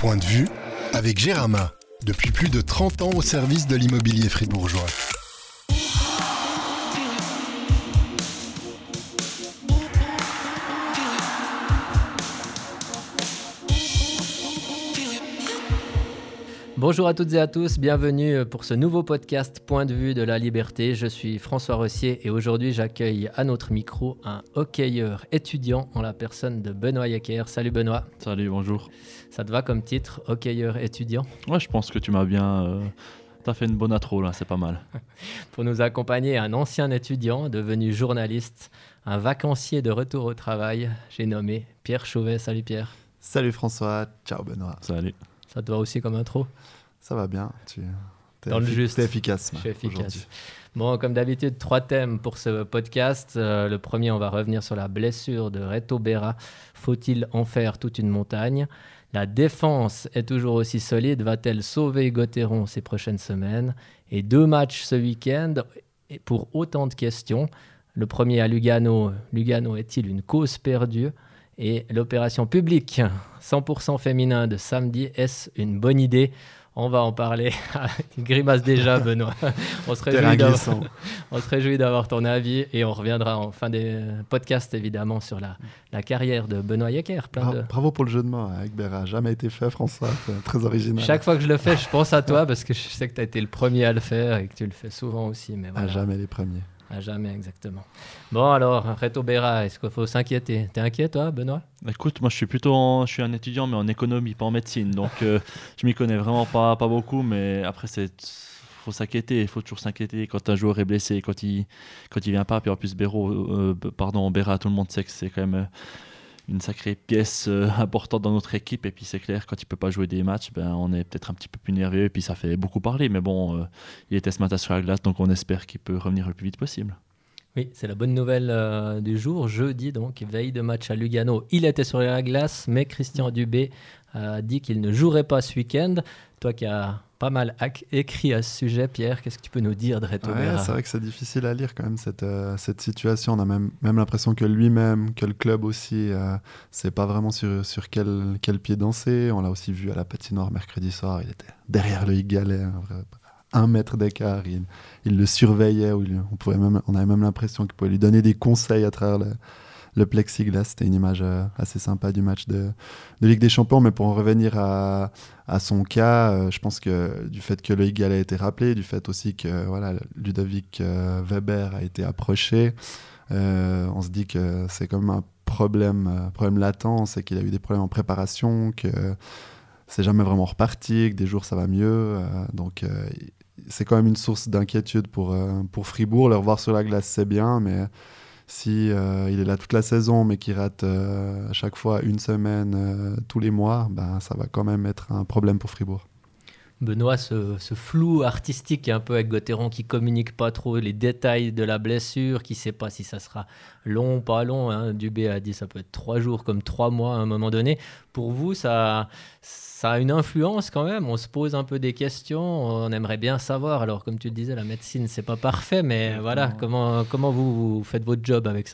Point de vue avec Gérama, depuis plus de 30 ans au service de l'immobilier fribourgeois. Bonjour à toutes et à tous, bienvenue pour ce nouveau podcast Point de vue de la liberté. Je suis François Rossier et aujourd'hui j'accueille à notre micro un hockeyeur étudiant en la personne de Benoît Yecker. Salut Benoît. Salut, bonjour. Ça te va comme titre, hockeyeur étudiant ? Ouais, je pense que tu m'as bien... T'as fait une bonne intro là, c'est pas mal. Pour nous accompagner, un ancien étudiant devenu journaliste, un vacancier de retour au travail, j'ai nommé Pierre Chauvet. Salut Pierre. Salut François, ciao Benoît. Salut. Ça te va aussi comme intro ? Ça va bien, Dans le juste. T'es efficace. Je suis efficace. Bon, comme d'habitude, 3 thèmes pour ce podcast. Le premier, on va revenir sur la blessure de Reto Berra. Faut-il en faire toute une montagne ? La défense est toujours aussi solide. Va-t-elle sauver Gauthieron ces prochaines semaines ? Et 2 matchs ce week-end et pour autant de questions. Le premier à Lugano. Lugano est-il une cause perdue ? Et l'opération publique 100% féminin de samedi, est-ce une bonne idée ? On va en parler. Il grimace déjà, Benoît. On se réjouit d'avoir ton avis et on reviendra en fin des podcasts, évidemment, sur la carrière de Benoît Yecker. Bravo pour le jeu de mots avec Berra. Jamais été fait, François. C'est très original. Chaque fois que je le fais, je pense à toi parce que je sais que tu as été le premier à le faire et que tu le fais souvent aussi. Mais voilà. À jamais les premiers. À jamais, exactement. Bon, alors, Reto Berra, est-ce qu'il faut s'inquiéter ? T'es inquiet, toi, Benoît ? Écoute, moi je suis un étudiant, mais en économie, pas en médecine. Donc je m'y connais vraiment pas beaucoup, mais après, faut s'inquiéter. Il faut toujours s'inquiéter quand un joueur est blessé, quand il vient pas. Puis en plus, Berra, tout le monde sait que c'est quand même une sacrée pièce importante dans notre équipe. Et puis c'est clair, quand il peut pas jouer des matchs, on est peut-être un petit peu plus nerveux. Et puis ça fait beaucoup parler. Mais bon, il était ce matin sur la glace, donc on espère qu'il peut revenir le plus vite possible. Oui, c'est la bonne nouvelle du jour. Jeudi, donc, veille de match à Lugano. Il était sur la glace, mais Christian Dubé a dit qu'il ne jouerait pas ce week-end. Toi qui as pas mal écrit à ce sujet, Pierre, qu'est-ce que tu peux nous dire de Reto Berra ? C'est vrai que c'est difficile à lire quand même cette situation. On a même l'impression que lui-même, que le club aussi, c'est pas vraiment sur quel pied danser. On l'a aussi vu à la patinoire mercredi soir. Il était derrière Loïc Gallet, 1 mètre d'écart. Il le surveillait. On avait même l'impression qu'il pouvait lui donner des conseils à travers le plexiglas. C'était une image assez sympa du match de Ligue des Champions. Mais pour en revenir à son cas, je pense que du fait que Loïc Gallet a été rappelé, du fait aussi que Ludovic Weber a été approché, on se dit que c'est quand même un problème latent. C'est qu'il a eu des problèmes en préparation, que c'est jamais vraiment reparti, que des jours ça va mieux. Donc c'est quand même une source d'inquiétude pour Fribourg. Le revoir sur la glace, c'est bien, mais si il est là toute la saison, mais qu'il rate à chaque fois une semaine tous les mois, ça va quand même être un problème pour Fribourg. Benoît, ce flou artistique un peu avec Gauthieron qui communique pas trop les détails de la blessure, qui sait pas si ça sera long, pas long. Hein. Dubé a dit ça peut être 3 jours comme 3 mois à un moment donné. Pour vous, ça a une influence quand même. On se pose un peu des questions. On aimerait bien savoir. Alors, comme tu le disais, la médecine, c'est pas parfait, mais voilà, comment vous faites votre job avec ça ?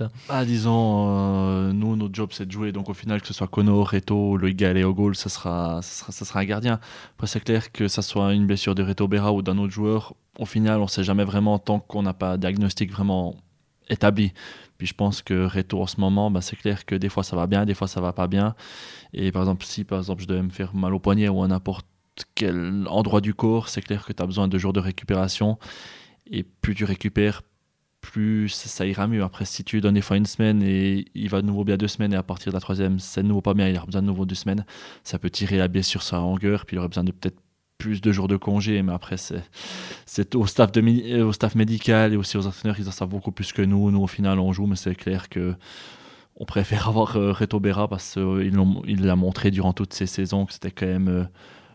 Disons, nous, notre job, c'est de jouer. Donc, au final, que ce soit Kono, Reto, Loïc Gallet au goal, ça sera un gardien. Après, c'est clair que ça soit une blessure de Reto Berra ou d'un autre joueur, au final, on sait jamais vraiment tant qu'on n'a pas un diagnostic vraiment établi. Puis je pense que Reto en ce moment, c'est clair que des fois ça va bien, des fois ça va pas bien. Et par exemple, si je devais me faire mal au poignet ou à n'importe quel endroit du corps, c'est clair que tu as besoin de jours de récupération. Et plus tu récupères, plus ça ira mieux. Après, si tu lui donnes des fois 1 semaine et il va de nouveau bien 2 semaines et à partir de la 3e, c'est de nouveau pas bien, il aura besoin de nouveau 2 semaines, ça peut tirer la blessure sur sa longueur, puis il aurait besoin de peut-être plus de jours de congé, mais après c'est au staff médical et aussi aux entraîneurs, ils en savent beaucoup plus que nous. Nous au final on joue, mais c'est clair que on préfère avoir Reto Berra parce qu'il l'a montré durant toutes ces saisons que c'était quand même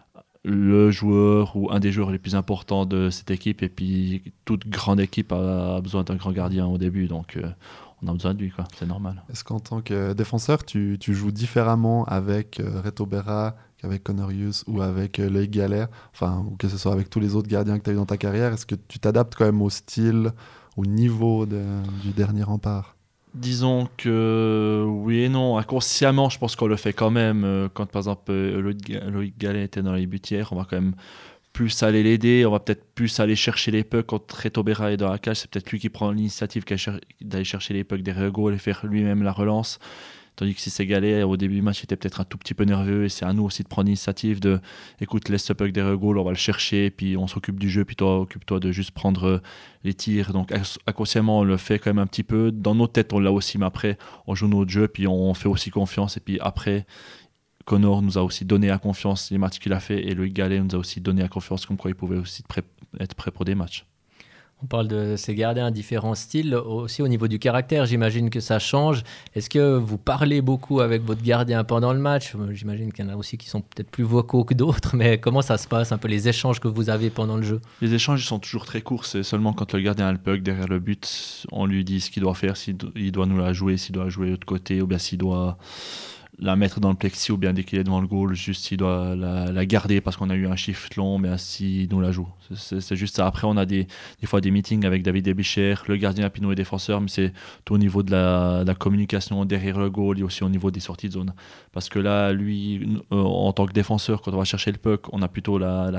le joueur ou un des joueurs les plus importants de cette équipe. Et puis toute grande équipe a besoin d'un grand gardien au début, donc on a besoin de lui, quoi. C'est normal. Est-ce qu'en tant que défenseur, tu joues différemment avec Reto Berra qu'avec Connor Hughes ou avec Loïc Gallet, ou que ce soit avec tous les autres gardiens que tu as eu dans ta carrière? Est-ce que tu t'adaptes quand même au style, au niveau du dernier rempart? Disons que oui et non. Inconsciemment, je pense qu'on le fait quand même. Quand par exemple Loïc Gallet était dans les butières, on va quand même plus aller l'aider. On va peut-être plus aller chercher les pucks quand Reto Berra est dans la cage. C'est peut-être lui qui prend l'initiative d'aller chercher les pucks derrière le goal et faire lui-même la relance. Tandis que si c'est Gallet, au début du match, il était peut-être un tout petit peu nerveux. Et c'est à nous aussi de prendre l'initiative de écoute, laisse ce puck derrière le goal, on va le chercher, puis on s'occupe du jeu, puis toi, occupe-toi de juste prendre les tirs. Donc, inconsciemment, on le fait quand même un petit peu. Dans nos têtes, on l'a aussi, mais après, on joue notre jeu, puis on fait aussi confiance. Et puis après, Connor nous a aussi donné la confiance les matchs qu'il a fait, et Loïc Gallet nous a aussi donné la confiance comme quoi il pouvait aussi être prêt pour des matchs. On parle de ces gardiens à différents styles. Aussi au niveau du caractère, j'imagine que ça change. Est-ce que vous parlez beaucoup avec votre gardien pendant le match ? J'imagine qu'il y en a aussi qui sont peut-être plus vocaux que d'autres, mais comment ça se passe, un peu les échanges que vous avez pendant le jeu ? Les échanges ils sont toujours très courts. C'est seulement quand le gardien a le puck derrière le but, on lui dit ce qu'il doit faire, s'il doit nous la jouer, s'il doit jouer de l'autre côté, ou bien s'il doit la mettre dans le plexi, ou bien dès qu'il est devant le goal, juste s'il doit la garder parce qu'on a eu un shift long, mais s'il nous la joue. C'est juste ça. Après, on a des fois des meetings avec David Debicher, le gardien, puis nous les défenseurs, mais c'est tout au niveau de la communication derrière le goal et aussi au niveau des sorties de zone. Parce que là, lui, en tant que défenseur, quand on va chercher le puck, on a plutôt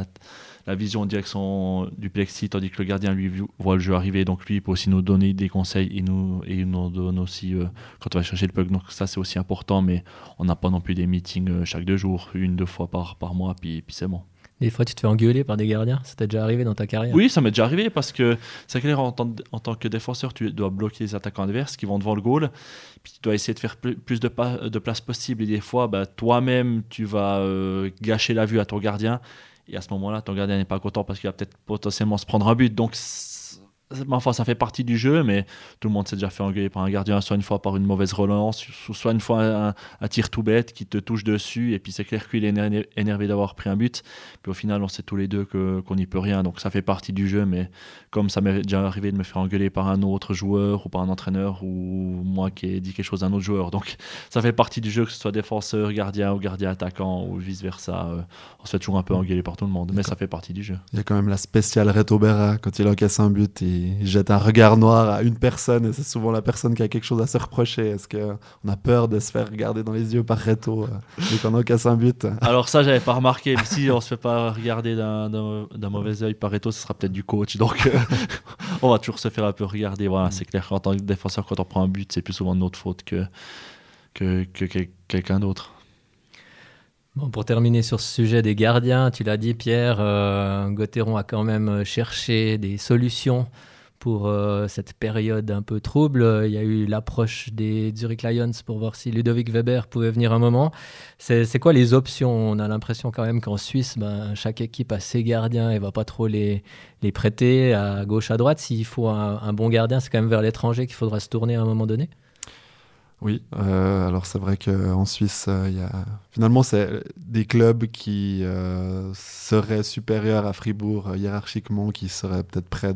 la vision en direction du plexi, tandis que le gardien, lui, voit le jeu arriver. Donc lui, il peut aussi nous donner des conseils et il nous donne aussi quand on va chercher le puck. Donc ça, c'est aussi important, mais on n'a pas non plus des meetings chaque 2 jours, 1-2 fois par mois, puis c'est bon. Des fois, tu te fais engueuler par des gardiens ? Ça t'est déjà arrivé dans ta carrière ? Oui, ça m'est déjà arrivé parce que c'est clair, en tant que défenseur, tu dois bloquer les attaquants adverses qui vont devant le goal. Puis tu dois essayer de faire plus de place possible. Et des fois, toi-même, tu vas gâcher la vue à ton gardien. Et à ce moment-là, ton gardien n'est pas content parce qu'il va peut-être potentiellement se prendre un but. Donc, enfin, ça fait partie du jeu, mais tout le monde s'est déjà fait engueuler par un gardien, soit une fois par une mauvaise relance, soit une fois un tir tout bête qui te touche dessus. Et puis c'est clair qu'il est énervé d'avoir pris un but. Puis au final, on sait tous les deux qu'on n'y peut rien. Donc ça fait partie du jeu, mais comme ça m'est déjà arrivé de me faire engueuler par un autre joueur ou par un entraîneur ou moi qui ai dit quelque chose à un autre joueur. Donc ça fait partie du jeu, que ce soit défenseur, gardien ou gardien attaquant ou vice-versa. On se fait toujours un peu engueuler par tout le monde, mais ça fait partie du jeu. Il y a quand même la spéciale Reto Berra, quand il encaisse un but, il jette un regard noir à une personne et c'est souvent la personne qui a quelque chose à se reprocher. Est-ce qu'on a peur de se faire regarder dans les yeux par Reto dès qu'on encaisse un but ? Alors ça, j'avais pas remarqué, mais si on se fait pas regarder d'un mauvais œil par Reto, ce sera peut-être du coach. Donc on va toujours se faire un peu regarder. Voilà, c'est clair qu'en tant que défenseur, quand on prend un but, c'est plus souvent de notre faute que quelqu'un d'autre. Bon, pour terminer sur ce sujet des gardiens, tu l'as dit Pierre, Gauthieron a quand même cherché des solutions pour cette période un peu trouble. Il y a eu l'approche des Zurich Lions pour voir si Ludovic Weber pouvait venir un moment. C'est quoi les options ? On a l'impression quand même qu'en Suisse, chaque équipe a ses gardiens et ne va pas trop les prêter à gauche, à droite. S'il faut un bon gardien, c'est quand même vers l'étranger qu'il faudra se tourner à un moment donné. Oui, alors c'est vrai qu'en Suisse, finalement, c'est des clubs qui seraient supérieurs à Fribourg hiérarchiquement, qui seraient peut-être prêts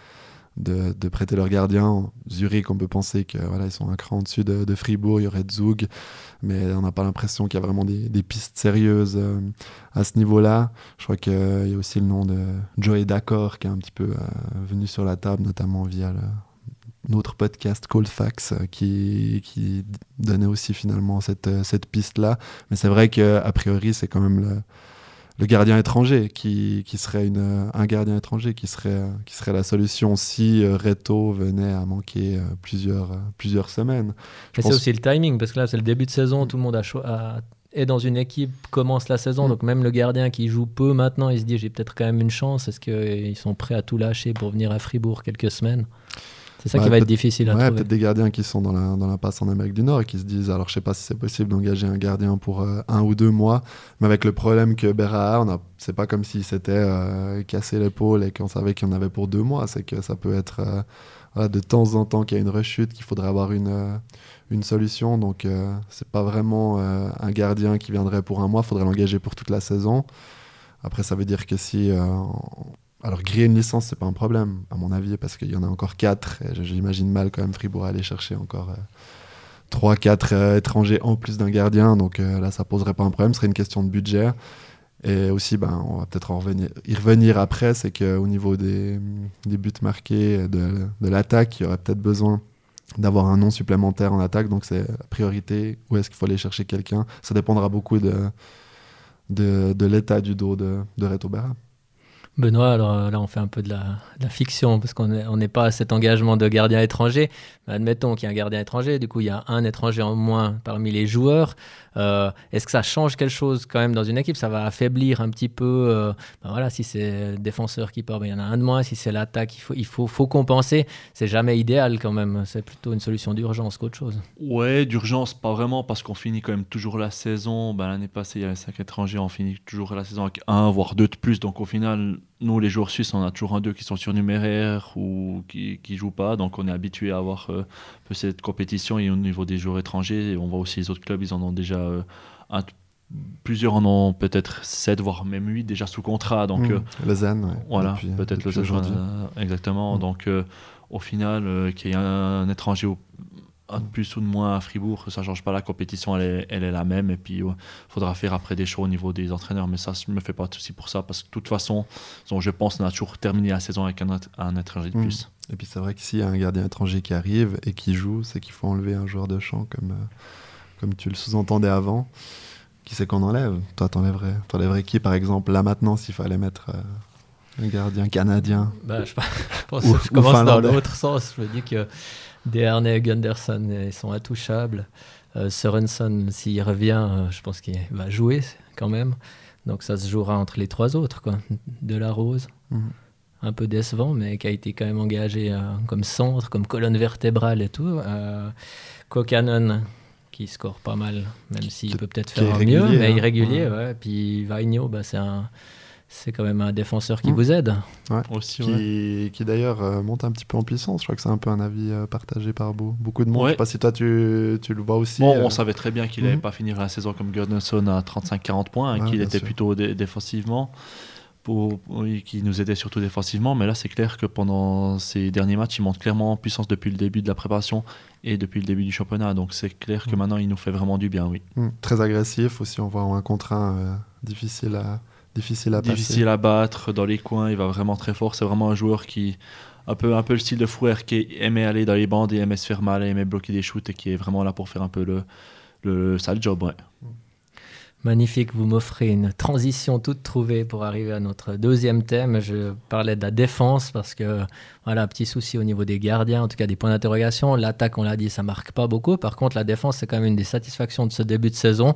de prêter leurs gardiens. Zurich, on peut penser que voilà, ils sont un cran au-dessus de Fribourg, il y aurait Zug, mais on n'a pas l'impression qu'il y a vraiment des pistes sérieuses à ce niveau-là. Je crois qu'il y a aussi le nom de Joey D'accord qui est un petit peu venu sur la table, notamment via notre podcast Cold Facts qui donnait aussi finalement cette piste-là. Mais c'est vrai qu'a priori, c'est quand même le gardien étranger qui serait un gardien étranger qui serait la solution si Reto venait à manquer plusieurs semaines. Et c'est aussi le timing, parce que là, c'est le début de saison, tout le monde est dans une équipe, commence la saison, donc même le gardien qui joue peu maintenant, il se dit j'ai peut-être quand même une chance. Est-ce qu'ils sont prêts à tout lâcher pour venir à Fribourg quelques semaines ? C'est ça qui va être difficile à trouver. Peut-être des gardiens qui sont dans la passe en Amérique du Nord et qui se disent, alors je sais pas si c'est possible d'engager un gardien pour 1 ou 2 mois, mais avec le problème que Berra a, c'est pas comme s'il s'était cassé l'épaule et qu'on savait qu'il y en avait pour 2 mois. C'est que ça peut être de temps en temps qu'il y a une rechute, qu'il faudrait avoir une solution. Donc c'est pas vraiment un gardien qui viendrait pour 1 mois, il faudrait l'engager pour toute la saison. Après, ça veut dire que si... Alors, griller une licence, c'est pas un problème, à mon avis, parce qu'il y en a encore 4. Et j'imagine mal quand même Fribourg aller chercher encore 3-4 étrangers en plus d'un gardien. Donc là, ça poserait pas un problème, ce serait une question de budget. Et aussi, on va peut-être y revenir après, c'est qu'au niveau des buts marqués, de l'attaque, il y aurait peut-être besoin d'avoir un nom supplémentaire en attaque. Donc c'est la priorité. Où est-ce qu'il faut aller chercher quelqu'un? Ça dépendra beaucoup de l'état du dos de Reto Berra. Benoît, alors là on fait un peu de la fiction parce qu'on n'est pas à cet engagement de gardien étranger. Mais admettons qu'il y a un gardien étranger, du coup il y a un étranger en moins parmi les joueurs. Est-ce que ça change quelque chose quand même dans une équipe? Ça va affaiblir un petit peu, voilà, si c'est le défenseur qui part, il y en a un de moins. Si c'est l'attaque, il faut compenser. C'est jamais idéal quand même, c'est plutôt une solution d'urgence qu'autre chose. Ouais, d'urgence, pas vraiment, parce qu'on finit quand même toujours la saison. L'année passée, il y avait 5 étrangers, on finit toujours la saison avec 1, voire 2 de plus. Donc au final, nous, les joueurs suisses, on a toujours 1-2 qui sont surnuméraires ou qui jouent pas. Donc on est habitué à avoir cette compétition. Et au niveau des joueurs étrangers, on voit aussi les autres clubs, ils en ont déjà plusieurs en ont peut-être 7, voire même 8 déjà sous contrat. Donc, Lausanne, ouais. Voilà, depuis, peut-être depuis Lausanne. Exactement. Donc au final, qu'il y ait un étranger un de plus ou de moins à Fribourg, ça ne change pas, la compétition, elle est la même. Et puis, il faudra faire après des choix au niveau des entraîneurs. Mais ça, je ne me fais pas de soucis pour ça, parce que de toute façon, je pense qu'on a toujours terminé la saison avec un étranger de plus. Et puis, c'est vrai que s'il y a un gardien étranger qui arrive et qui joue, c'est qu'il faut enlever un joueur de champ, comme tu le sous-entendais avant. Qui c'est qu'on enlève? Toi, t'enlèverais qui, par exemple, là maintenant, s'il fallait mettre un gardien canadien? Je pense que je commence dans l'autre sens. Je me dis que Deharne et Gunderson, ils sont intouchables. Sorensen, s'il revient, je pense qu'il va jouer quand même. Donc ça se jouera entre les 3 autres, quoi. Delarose, un peu décevant, mais qui a été quand même engagé comme centre, comme colonne vertébrale et tout. Kokanen, qui score pas mal, même s'il peut peut-être faire mieux, mais irrégulier. Ouais. Puis Vainio, c'est quand même un défenseur qui vous aide. Ouais. Aussi, qui d'ailleurs monte un petit peu en puissance. Je crois que c'est un peu un avis partagé par beaucoup de monde. Je sais pas si toi tu le vois aussi. On savait très bien qu'il n'allait pas finir la saison comme Gudnason à 35-40 points, qu'il était plutôt défensivement, qui nous aidait surtout défensivement. Mais là, c'est clair que pendant ces derniers matchs, il monte clairement en puissance depuis le début de la préparation et depuis le début du championnat. Donc c'est clair que maintenant, il nous fait vraiment du bien, oui. Très agressif aussi, on voit un contre un difficile à battre dans les coins. Il va vraiment très fort. C'est vraiment un joueur qui un peu le style de Fouer, qui aimait aller dans les bandes et aimait se faire mal, et aimait bloquer des shoots, et qui est vraiment là pour faire un peu le sale job. Ouais. Magnifique, vous m'offrez une transition toute trouvée pour arriver à notre deuxième thème. Je parlais de la défense parce que, voilà, petit souci au niveau des gardiens, en tout cas des points d'interrogation. L'attaque, on l'a dit, ça marque pas beaucoup. Par contre, la défense, c'est quand même une des satisfactions de ce début de saison.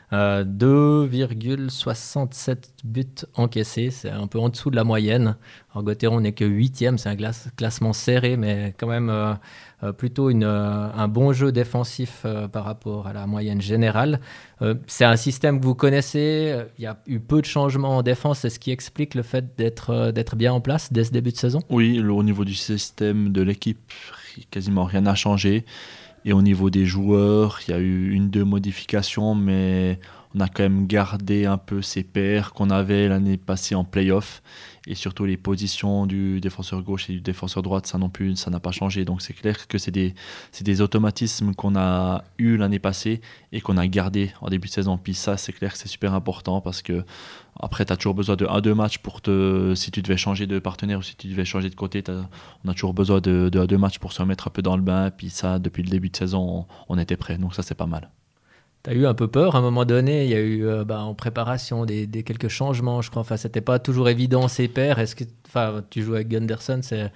2,67 buts encaissés, c'est un peu en dessous de la moyenne. En Gauthieron, on n'est que 8e, c'est un classement serré, mais quand même plutôt un bon jeu défensif par rapport à la moyenne générale. C'est un système que vous connaissez, il y a eu peu de changements en défense, c'est ce qui explique le fait d'être bien en place dès ce début de saison? Oui, au niveau du système de l'équipe, quasiment rien n'a changé. Et au niveau des joueurs, il y a eu 1-2 modifications, mais on a quand même gardé un peu ces pairs qu'on avait l'année passée en play-off. Et surtout les positions du défenseur gauche et du défenseur droite, ça non plus, ça n'a pas changé. Donc c'est clair que c'est des automatismes qu'on a eu l'année passée et qu'on a gardé en début de saison. Puis ça, c'est clair que c'est super important, parce que après, tu as toujours besoin de 1-2 matchs si tu devais changer de partenaire ou si tu devais changer de côté. On a toujours besoin de 1-2 matchs pour se remettre un peu dans le bain. Puis ça, depuis le début de saison, on était prêt. Donc ça, c'est pas mal. Tu as eu un peu peur à un moment donné, il y a eu en préparation des quelques changements, je crois. Enfin, c'était pas toujours évident ces pairs. Est-ce que tu joues avec Gunderson, c'est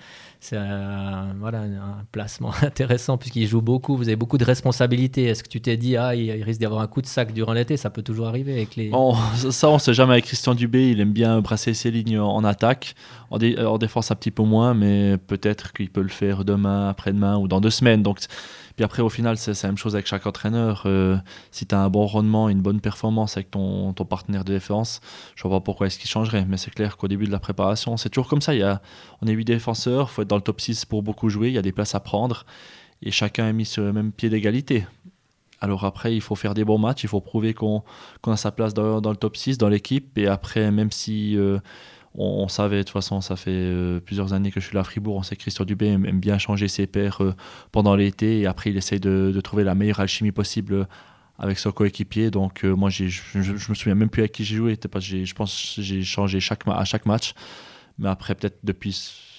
un placement intéressant puisqu'il joue beaucoup, vous avez beaucoup de responsabilités. Est-ce que tu t'es dit il risque d'y avoir un coup de sac durant l'été? Ça peut toujours arriver avec les... Ça, on sait jamais avec Christian Dubé. Il aime bien brasser ses lignes en attaque, en défense un petit peu moins, mais peut-être qu'il peut le faire demain, après-demain ou dans 2 semaines. Donc puis après, au final, c'est la même chose avec chaque entraîneur. Si tu as un bon rendement, une bonne performance avec ton partenaire de défense, je ne vois pas pourquoi est-ce qu'il changerait. Mais c'est clair qu'au début de la préparation, c'est toujours comme ça. On est 8 défenseurs, il faut être dans le top 6 pour beaucoup jouer. Il y a des places à prendre et chacun est mis sur le même pied d'égalité. Alors après, il faut faire des bons matchs. Il faut prouver qu'on a sa place dans le top 6, dans l'équipe. Et après, même si... on savait, de toute façon, ça fait plusieurs années que je suis là à Fribourg, on sait que Christian Dubé aime bien changer ses pairs pendant l'été, et après il essaye de trouver la meilleure alchimie possible avec son coéquipier. Donc moi, je me souviens même plus avec qui j'ai joué, je pense que j'ai changé à chaque match, mais après peut-être depuis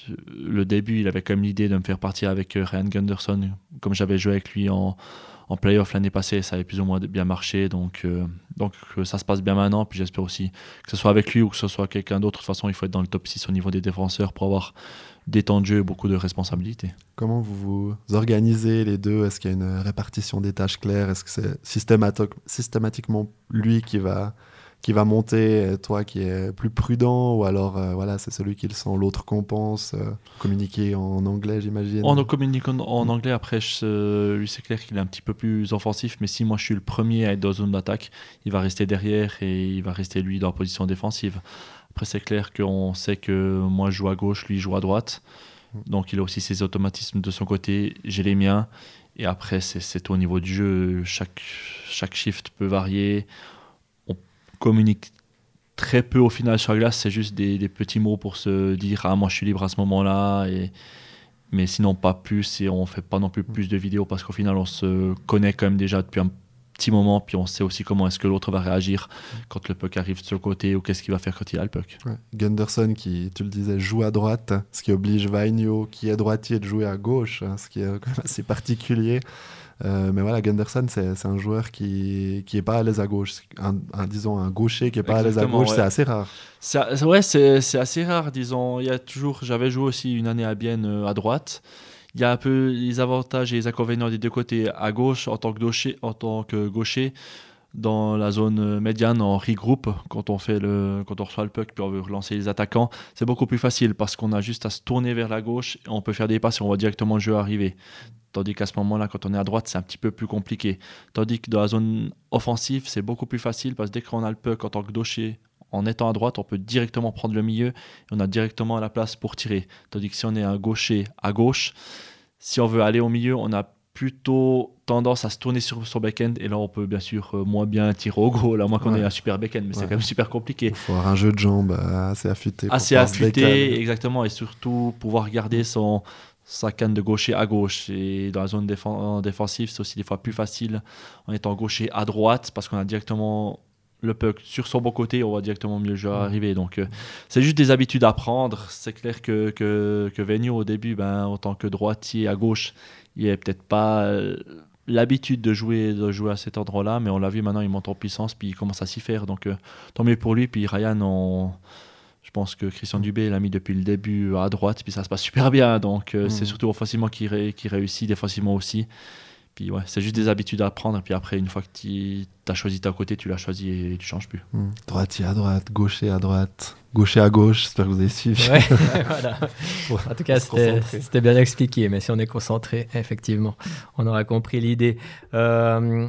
le début, il avait quand même l'idée de me faire partir avec Ryan Gunderson, comme j'avais joué avec lui en play-off l'année passée, ça avait plus ou moins bien marché, donc ça se passe bien maintenant, puis j'espère aussi que ce soit avec lui ou que ce soit quelqu'un d'autre. De toute façon, il faut être dans le top 6 au niveau des défenseurs pour avoir des temps de jeu et beaucoup de responsabilités. Comment vous organisez les deux? Est-ce qu'il y a une répartition des tâches claires? Est-ce que c'est systématiquement lui qui va monter, et toi qui es plus prudent, ou alors c'est celui qui le sent, l'autre compense? Communiquer en anglais, j'imagine. On communique en anglais. Après, lui, c'est clair qu'il est un petit peu plus offensif, mais si moi je suis le premier à être dans la zone d'attaque, il va rester derrière et il va rester lui dans la position défensive. Après, c'est clair qu'on sait que moi je joue à gauche, lui joue à droite, donc il a aussi ses automatismes de son côté, j'ai les miens, et après c'est tout au niveau du jeu. Chaque shift peut varier. Communique très peu au final sur la glace, c'est juste des petits mots pour se dire moi je suis libre à ce moment-là, mais sinon pas plus, et on fait pas non plus plus de vidéos parce qu'au final on se connaît quand même déjà depuis un petit moment, puis on sait aussi comment est-ce que l'autre va réagir quand le puck arrive de ce côté ou qu'est-ce qu'il va faire quand il a le puck. Ouais. Gunderson qui, tu le disais, joue à droite, ce qui oblige Vainio qui est droitier de jouer à gauche, ce qui est quand même assez particulier. Mais voilà, Gunderson, c'est un joueur qui est pas à l'aise à gauche. Disons, un gaucher qui est pas à l'aise à gauche, ouais. C'est assez rare. C'est assez rare, disons. J'avais joué aussi une année à Bienne à droite. Il y a un peu les avantages et les inconvénients des deux côtés. À gauche, en tant que gaucher, dans la zone médiane, en regroup, quand on reçoit le puck puis on veut relancer les attaquants, c'est beaucoup plus facile parce qu'on a juste à se tourner vers la gauche et on peut faire des passes et on voit directement le jeu arriver. Tandis qu'à ce moment-là, quand on est à droite, c'est un petit peu plus compliqué. Tandis que dans la zone offensive, c'est beaucoup plus facile parce que dès qu'on a le puck en tant que gaucher, en étant à droite, on peut directement prendre le milieu et on a directement la place pour tirer. Tandis que si on est un gaucher à gauche, si on veut aller au milieu, on a plutôt tendance à se tourner sur son back-end, et là on peut bien sûr moins bien tirer au goal, à moins qu'on ait un super back-end, mais c'est quand même super compliqué. Il faut avoir un jeu de jambes assez affûté. Assez affûté, exactement, et surtout pouvoir garder sa canne de gaucher à gauche. Et dans la zone défensive, c'est aussi des fois plus facile en étant gaucher à droite, parce qu'on a directement le puck sur son bon côté, on voit directement mieux le jeu arriver. Donc c'est juste des habitudes à prendre. C'est clair que Vainio au début, en tant que droitier à gauche, il n'avait peut-être pas l'habitude de jouer à cet endroit-là, mais on l'a vu maintenant, il monte en puissance, puis il commence à s'y faire. Donc tant mieux pour lui. Puis Ryan, je pense que Christian Dubé l'a mis depuis le début à droite, puis ça se passe super bien. Donc c'est surtout offensivement qu'il réussit, défensivement aussi. Puis c'est juste des habitudes à prendre. Puis après, une fois que tu as choisi ta côté, tu l'as choisi et tu changes plus. Droitier à droite, gaucher à droite, gaucher à gauche. J'espère que vous avez suivi. Ouais, voilà. En tout cas, c'était bien expliqué. Mais si on est concentré, effectivement, on aura compris l'idée. Je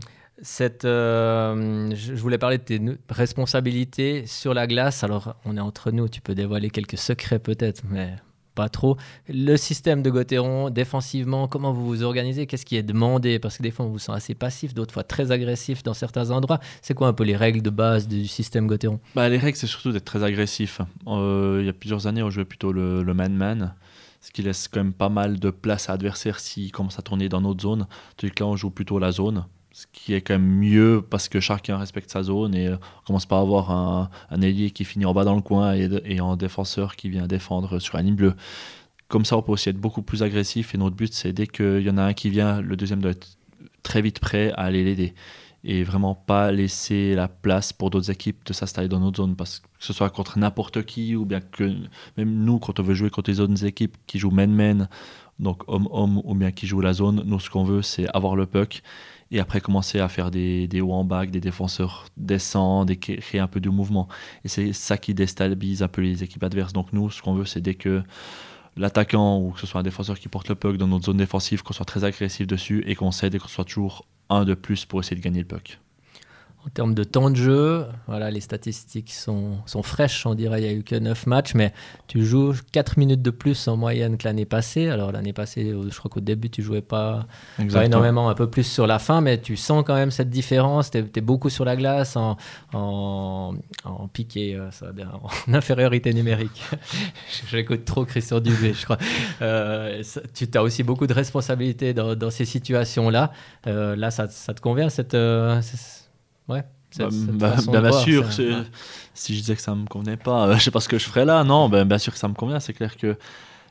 voulais parler de tes responsabilités sur la glace. Alors, on est entre nous. Tu peux dévoiler quelques secrets peut-être, mais pas trop. Le système de Gauthieron, défensivement, comment vous vous organisez? Qu'est-ce qui est demandé? Parce que des fois, on vous sent assez passif, d'autres fois très agressif dans certains endroits. C'est quoi un peu les règles de base du système Gauthieron? Les règles, c'est surtout d'être très agressif. Il y a plusieurs années, on jouait plutôt le man-man, ce qui laisse quand même pas mal de place à l'adversaire s'il commence à tourner dans notre zone. Tandis que là, on joue plutôt la zone, ce qui est quand même mieux parce que chacun respecte sa zone, et on commence pas à avoir un ailier qui finit en bas dans le coin et un défenseur qui vient défendre sur la ligne bleue. Comme ça, on peut aussi être beaucoup plus agressif, et notre but, c'est dès qu'il y en a un qui vient, le deuxième doit être très vite prêt à aller l'aider. Et vraiment pas laisser la place pour d'autres équipes de s'installer dans notre zone, parce que ce soit contre n'importe qui, ou bien que même nous, quand on veut jouer contre les autres équipes qui jouent man-man, donc homme-homme, ou bien qui jouent la zone, nous, ce qu'on veut, c'est avoir le puck, et après commencer à faire des hauts en back, des défenseurs descendent, et créer un peu de mouvement. Et c'est ça qui déstabilise un peu les équipes adverses. Donc nous, ce qu'on veut, c'est dès que l'attaquant, ou que ce soit un défenseur qui porte le puck dans notre zone défensive, qu'on soit très agressif dessus, et qu'on s'aide, et qu'on soit toujours un de plus pour essayer de gagner le puck. En termes de temps de jeu, voilà, les statistiques sont fraîches, on dirait. Il n'y a eu que 9 matchs, mais tu joues 4 minutes de plus en moyenne que l'année passée. Alors l'année passée, je crois qu'au début, tu ne jouais pas énormément, un peu plus sur la fin, mais tu sens quand même cette différence. Tu es beaucoup sur la glace, en piqué, ça va bien, en infériorité numérique. J'écoute trop Christian Dubé, je crois. Tu as aussi beaucoup de responsabilités dans ces situations-là. Là, ça te convient, ouais, bien sûr, si je disais que ça me convenait pas, je sais pas ce que je ferais là. Non, bien sûr que ça me convient. C'est clair que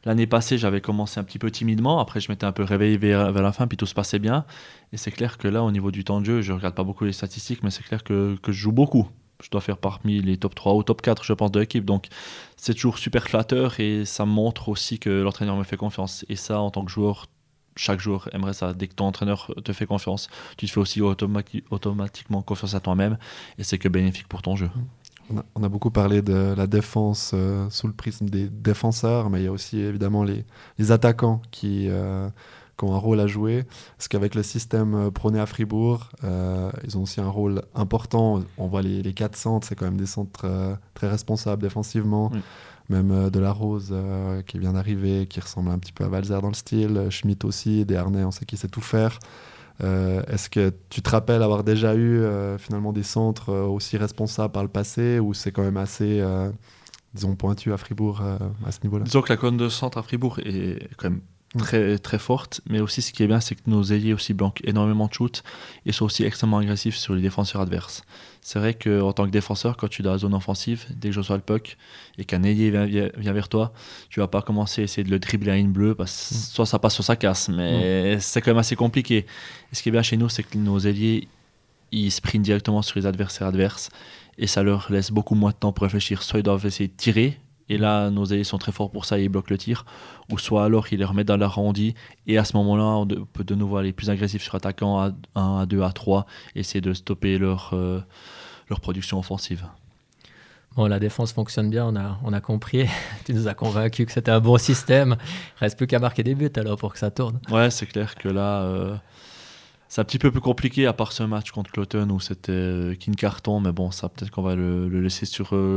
L'année passée, j'avais commencé un petit peu timidement. Après, je m'étais un peu réveillé vers la fin, puis tout se passait bien. Et c'est clair que là, au niveau du temps de jeu, je ne regarde pas beaucoup les statistiques, mais c'est clair que je joue beaucoup. Je dois faire parmi les top 3 ou top 4, je pense, de l'équipe. Donc, c'est toujours super flatteur et ça montre aussi que l'entraîneur me fait confiance. Et ça, en tant que joueur, chaque joueur aimerait ça. Dès que ton entraîneur te fait confiance, tu te fais aussi automatiquement confiance à toi-même et c'est que bénéfique pour ton jeu. On a beaucoup parlé de la défense sous le prisme des défenseurs, mais il y a aussi évidemment les attaquants qui ont un rôle à jouer. Parce qu'avec le système prôné à Fribourg, ils ont aussi un rôle important. On voit les 4 centres, c'est quand même des centres très responsables défensivement. Oui. Même Delarose qui vient d'arriver, qui ressemble un petit peu à Walzer dans le style. Schmitt aussi, Desharnais, on sait qu'il sait tout faire. Est-ce que tu te rappelles avoir déjà eu finalement des centres aussi responsables par le passé, ou c'est quand même assez, disons, pointu à Fribourg à ce niveau-là? Disons que la colonne de centre à Fribourg est quand même très, très forte, mais aussi ce qui est bien, c'est que nos ailiers aussi blancs énormément de shoot et sont aussi extrêmement agressifs sur les défenseurs adverses. C'est vrai qu'en tant que défenseur, quand tu es dans la zone offensive, dès que je reçois le puck et qu'un ailier vient vers toi, tu vas pas commencer à essayer de le dribbler à une bleue, parce que soit ça passe, soit ça casse, mais c'est quand même assez compliqué. Et ce qui est bien chez nous, c'est que nos ailiers, ils sprintent directement sur les adversaires adverses et ça leur laisse beaucoup moins de temps pour réfléchir. Soit ils doivent essayer de tirer, et là, nos ailiers sont très forts pour ça et ils bloquent le tir. Ou soit alors, ils les remettent dans l'arrondi. Et à ce moment-là, on peut de nouveau aller plus agressif sur attaquant à 1, à 2, à 3. Et essayer de stopper leur production offensive. Bon, la défense fonctionne bien, on a compris. Tu nous as convaincus que c'était un bon système. Il ne reste plus qu'à marquer des buts alors pour que ça tourne. Ouais, c'est clair que là... c'est un petit peu plus compliqué, à part ce match contre Cloton où c'était qu'une carton, mais bon, ça peut-être qu'on va le laisser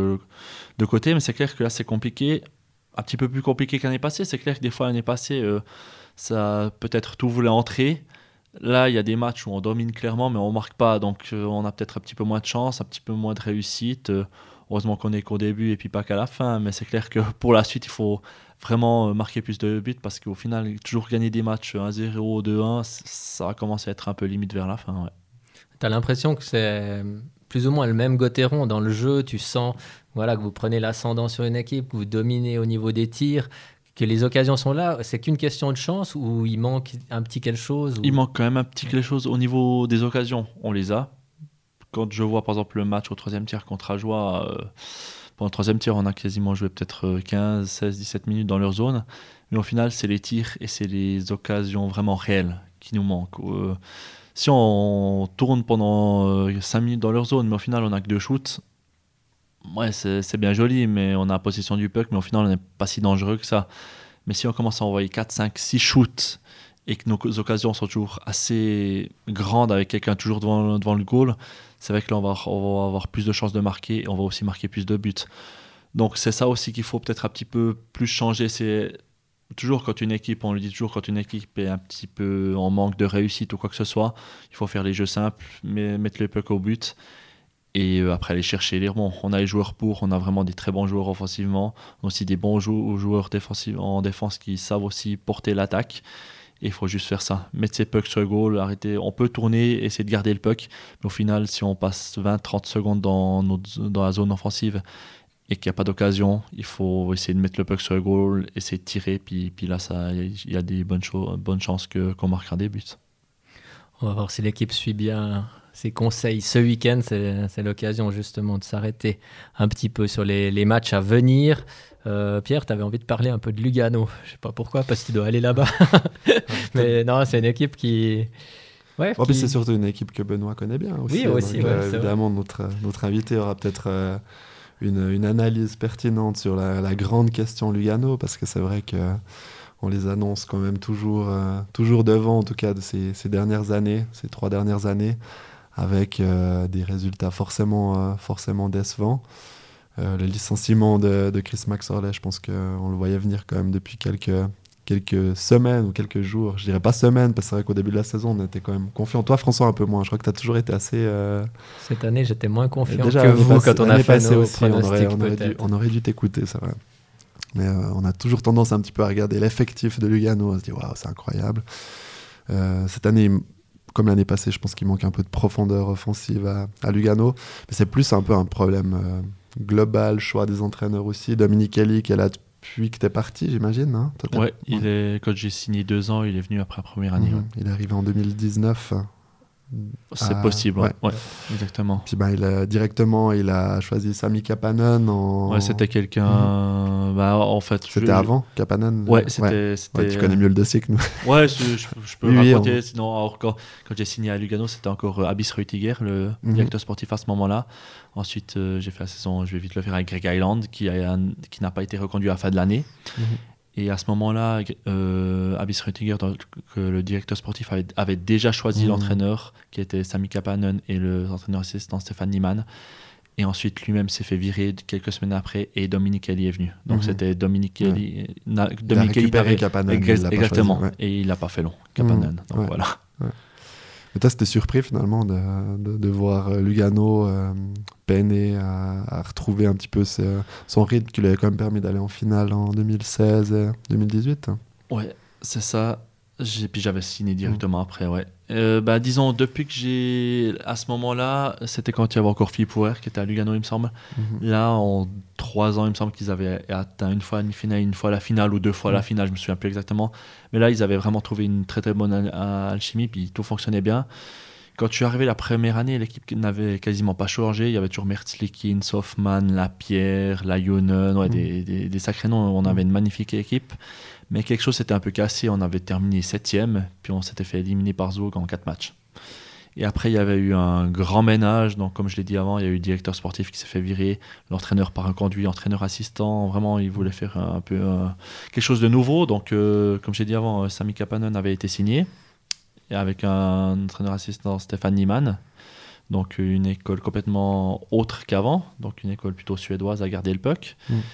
de côté, mais c'est clair que là c'est compliqué, un petit peu plus compliqué qu'année passée. C'est clair que des fois l'année passée, ça peut-être tout voulait entrer. Là, il y a des matchs où on domine clairement, mais on marque pas, donc on a peut-être un petit peu moins de chance, un petit peu moins de réussite. Heureusement qu'on est qu'au début et puis pas qu'à la fin, mais c'est clair que pour la suite, il faut vraiment marquer plus de buts, parce qu'au final, toujours gagner des matchs 1-0, 2-1, ça va commencer à être un peu limite vers la fin. Ouais. Tu as l'impression que c'est plus ou moins le même Gauthieron dans le jeu. Tu sens que vous prenez l'ascendant sur une équipe, que vous dominez au niveau des tirs, que les occasions sont là. C'est qu'une question de chance ou il manque un petit quelque chose Il manque quand même un petit quelque chose au niveau des occasions. On les a. Quand je vois par exemple le match au 3e tiers contre Ajoie, pendant le 3e tiers, on a quasiment joué peut-être 15, 16, 17 minutes dans leur zone. Mais au final, c'est les tirs et c'est les occasions vraiment réelles qui nous manquent. Si on tourne pendant 5 minutes dans leur zone, mais au final, on n'a que 2 shoots, ouais, c'est bien joli, mais on a la possession du puck, mais au final, on n'est pas si dangereux que ça. Mais si on commence à envoyer 4, 5, 6 shoots et que nos occasions sont toujours assez grandes avec quelqu'un toujours devant le goal, c'est vrai que là, on va avoir plus de chances de marquer et on va aussi marquer plus de buts. Donc, c'est ça aussi qu'il faut peut-être un petit peu plus changer. C'est toujours quand une équipe, on le dit toujours, quand une équipe est un petit peu en manque de réussite ou quoi que ce soit, il faut faire les jeux simples, mettre le puck au but et après aller chercher les rebonds. On a les joueurs pour, on a vraiment des très bons joueurs offensivement, aussi des bons joueurs en défense qui savent aussi porter l'attaque. Et il faut juste faire ça, mettre ses pucks sur le goal, arrêter. On peut tourner, essayer de garder le puck, mais au final, si on passe 20-30 secondes dans la zone offensive et qu'il n'y a pas d'occasion, il faut essayer de mettre le puck sur le goal, essayer de tirer, puis là, il y a des bonnes chances qu'on marquera des buts. On va voir si l'équipe suit bien ses conseils. Ce week-end, c'est l'occasion justement de s'arrêter un petit peu sur les matchs à venir. Pierre, tu avais envie de parler un peu de Lugano. Je ne sais pas pourquoi, parce que tu dois aller là-bas. Mais non, c'est une équipe qui... Ouais, puis c'est surtout une équipe que Benoît connaît bien aussi. Oui, aussi. Donc, évidemment, notre invité aura peut-être une analyse pertinente sur la grande question Lugano, parce que c'est vrai qu'on les annonce quand même toujours devant, en tout cas de ces dernières années, ces 3 dernières années, avec des résultats forcément décevants. Le licenciement de Chris Maxorley, je pense qu'on le voyait venir quand même depuis quelques semaines ou quelques jours. Je dirais pas semaines, parce que c'est vrai qu'au début de la saison, on était quand même confiants. Toi, François, un peu moins. Je crois que tu as toujours été assez... Cette année, j'étais moins confiant que vous quand on a fait nos pronostics, on aurait dû t'écouter, c'est vrai. Mais on a toujours tendance un petit peu à regarder l'effectif de Lugano. On se dit, waouh, c'est incroyable. Cette année... Comme l'année passée, je pense qu'il manque un peu de profondeur offensive à Lugano. Mais c'est plus un peu un problème global, choix des entraîneurs aussi. Dominique Kelly, qui est là depuis que tu es parti, j'imagine. Hein, ouais, quand j'ai signé 2 ans, il est venu après la première année. Ouais. Il est arrivé en 2019. C'est possible, ouais, exactement. Puis directement, il a choisi Sami Kapanen. Ouais, c'était quelqu'un. En fait, c'était avant Kapanen. Ouais, c'était. Ouais, tu connais mieux le dossier que nous. Ouais, je peux raconter. Sinon, alors, quand j'ai signé à Lugano, c'était encore Abis Reutiger, le directeur sportif à ce moment-là. Ensuite, j'ai fait la saison, je vais vite le faire, avec Greg Highland, qui n'a pas été reconduit à la fin de l'année. Et à ce moment-là, Abis Reutiger, le directeur sportif, avait déjà choisi l'entraîneur, qui était Sami Kapanen, et l'entraîneur assistant Stéphane Niemann. Et ensuite, lui-même s'est fait virer quelques semaines après, et Dominique Kelly est venu. Donc c'était Dominique Kelly. Dominique Kelly avait Kapanen. Exactement. Choisi, et il n'a pas fait long, Kapanen. Donc voilà. Ouais. Et toi, c'était surpris finalement de voir Lugano peiner à retrouver un petit peu son rythme qui lui avait quand même permis d'aller en finale en 2016 et 2018. Ouais, c'est ça. Puis j'avais signé directement après, ouais. Disons, depuis que à ce moment-là, c'était quand il y avait encore Philippe Pouer qui était à Lugano, il me semble. Là, en 3 ans, il me semble qu'ils avaient atteint une fois la demi-finale, une fois la finale ou 2 fois la finale, je me souviens plus exactement. Mais là, ils avaient vraiment trouvé une très très bonne alchimie, puis tout fonctionnait bien. Quand je suis arrivé la première année, l'équipe n'avait quasiment pas changé. Il y avait toujours Mertzlikins, Hoffman, Lapierre, Lajunen, des sacrés noms. On avait une magnifique équipe. Mais quelque chose s'était un peu cassé. On avait terminé 7e, puis on s'était fait éliminer par Zug en 4 matchs. Et après, il y avait eu un grand ménage. Donc, comme je l'ai dit avant, il y a eu le directeur sportif qui s'est fait virer, l'entraîneur par un conduit, entraîneur assistant. Vraiment, il voulait faire un peu quelque chose de nouveau. Donc, comme j'ai dit avant, Sami Kapanen avait été signé. Et avec un entraîneur assistant, Stéphane Niemann. Donc, une école complètement autre qu'avant. Donc, une école plutôt suédoise à garder le puck.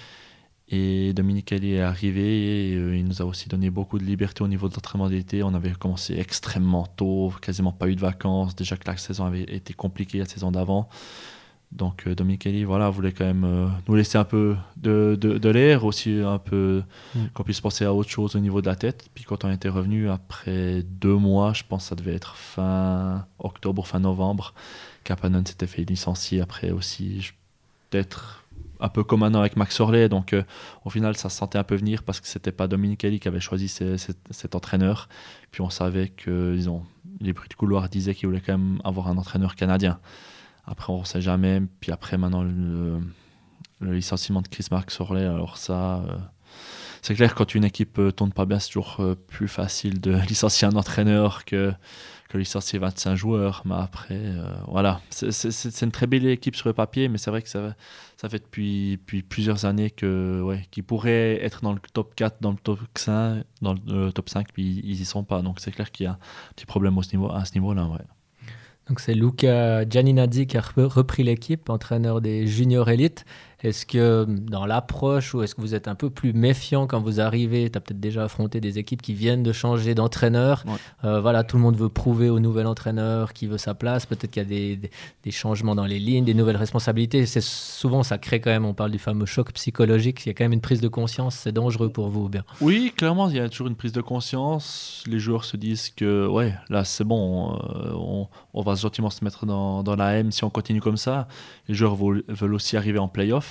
Et Dominique Kelly est arrivé et il nous a aussi donné beaucoup de liberté au niveau de l'entraînement d'été. On avait commencé extrêmement tôt, quasiment pas eu de vacances. Déjà que la saison avait été compliquée la saison d'avant. Donc Dominique Kelly voulait quand même nous laisser un peu de l'air, aussi un peu qu'on puisse penser à autre chose au niveau de la tête. Puis quand on était revenu après 2 mois, je pense que ça devait être fin octobre, fin novembre, Kapanen s'était fait licencier après aussi, peut-être un peu comme maintenant avec Max Orley. Donc au final, ça se sentait un peu venir parce que c'était pas Dominique Kelly qui avait choisi cet entraîneur. Puis on savait que, disons, les bruits de couloir disaient qu'il voulait quand même avoir un entraîneur canadien. Après, on ne sait jamais. Puis après, maintenant, le licenciement de Chris Max Orley, alors ça, c'est clair, quand une équipe ne tourne pas bien, c'est toujours plus facile de licencier un entraîneur que licencier 25 joueurs. Mais après, voilà, c'est une très belle équipe sur le papier, mais c'est vrai que ça fait depuis plusieurs années qu'ils pourraient être dans le top 4, dans le top 5, puis ils n'y sont pas. Donc c'est clair qu'il y a un petit problème à ce niveau-là, ouais. Donc c'est Luca Gianninazzi qui a repris l'équipe, entraîneur des juniors élites. Est-ce que dans l'approche, ou est-ce que vous êtes un peu plus méfiant quand vous arrivez? Tu as peut-être déjà affronté des équipes qui viennent de changer d'entraîneur. Ouais. Tout le monde veut prouver au nouvel entraîneur qui veut sa place. Peut-être qu'il y a des changements dans les lignes, des nouvelles responsabilités. Souvent, ça crée quand même, on parle du fameux choc psychologique. Il y a quand même une prise de conscience. C'est dangereux pour vous, bien? Oui, clairement, il y a toujours une prise de conscience. Les joueurs se disent que, là, c'est bon, on va gentiment se mettre dans la M si on continue comme ça. Les joueurs veulent aussi arriver en play-off.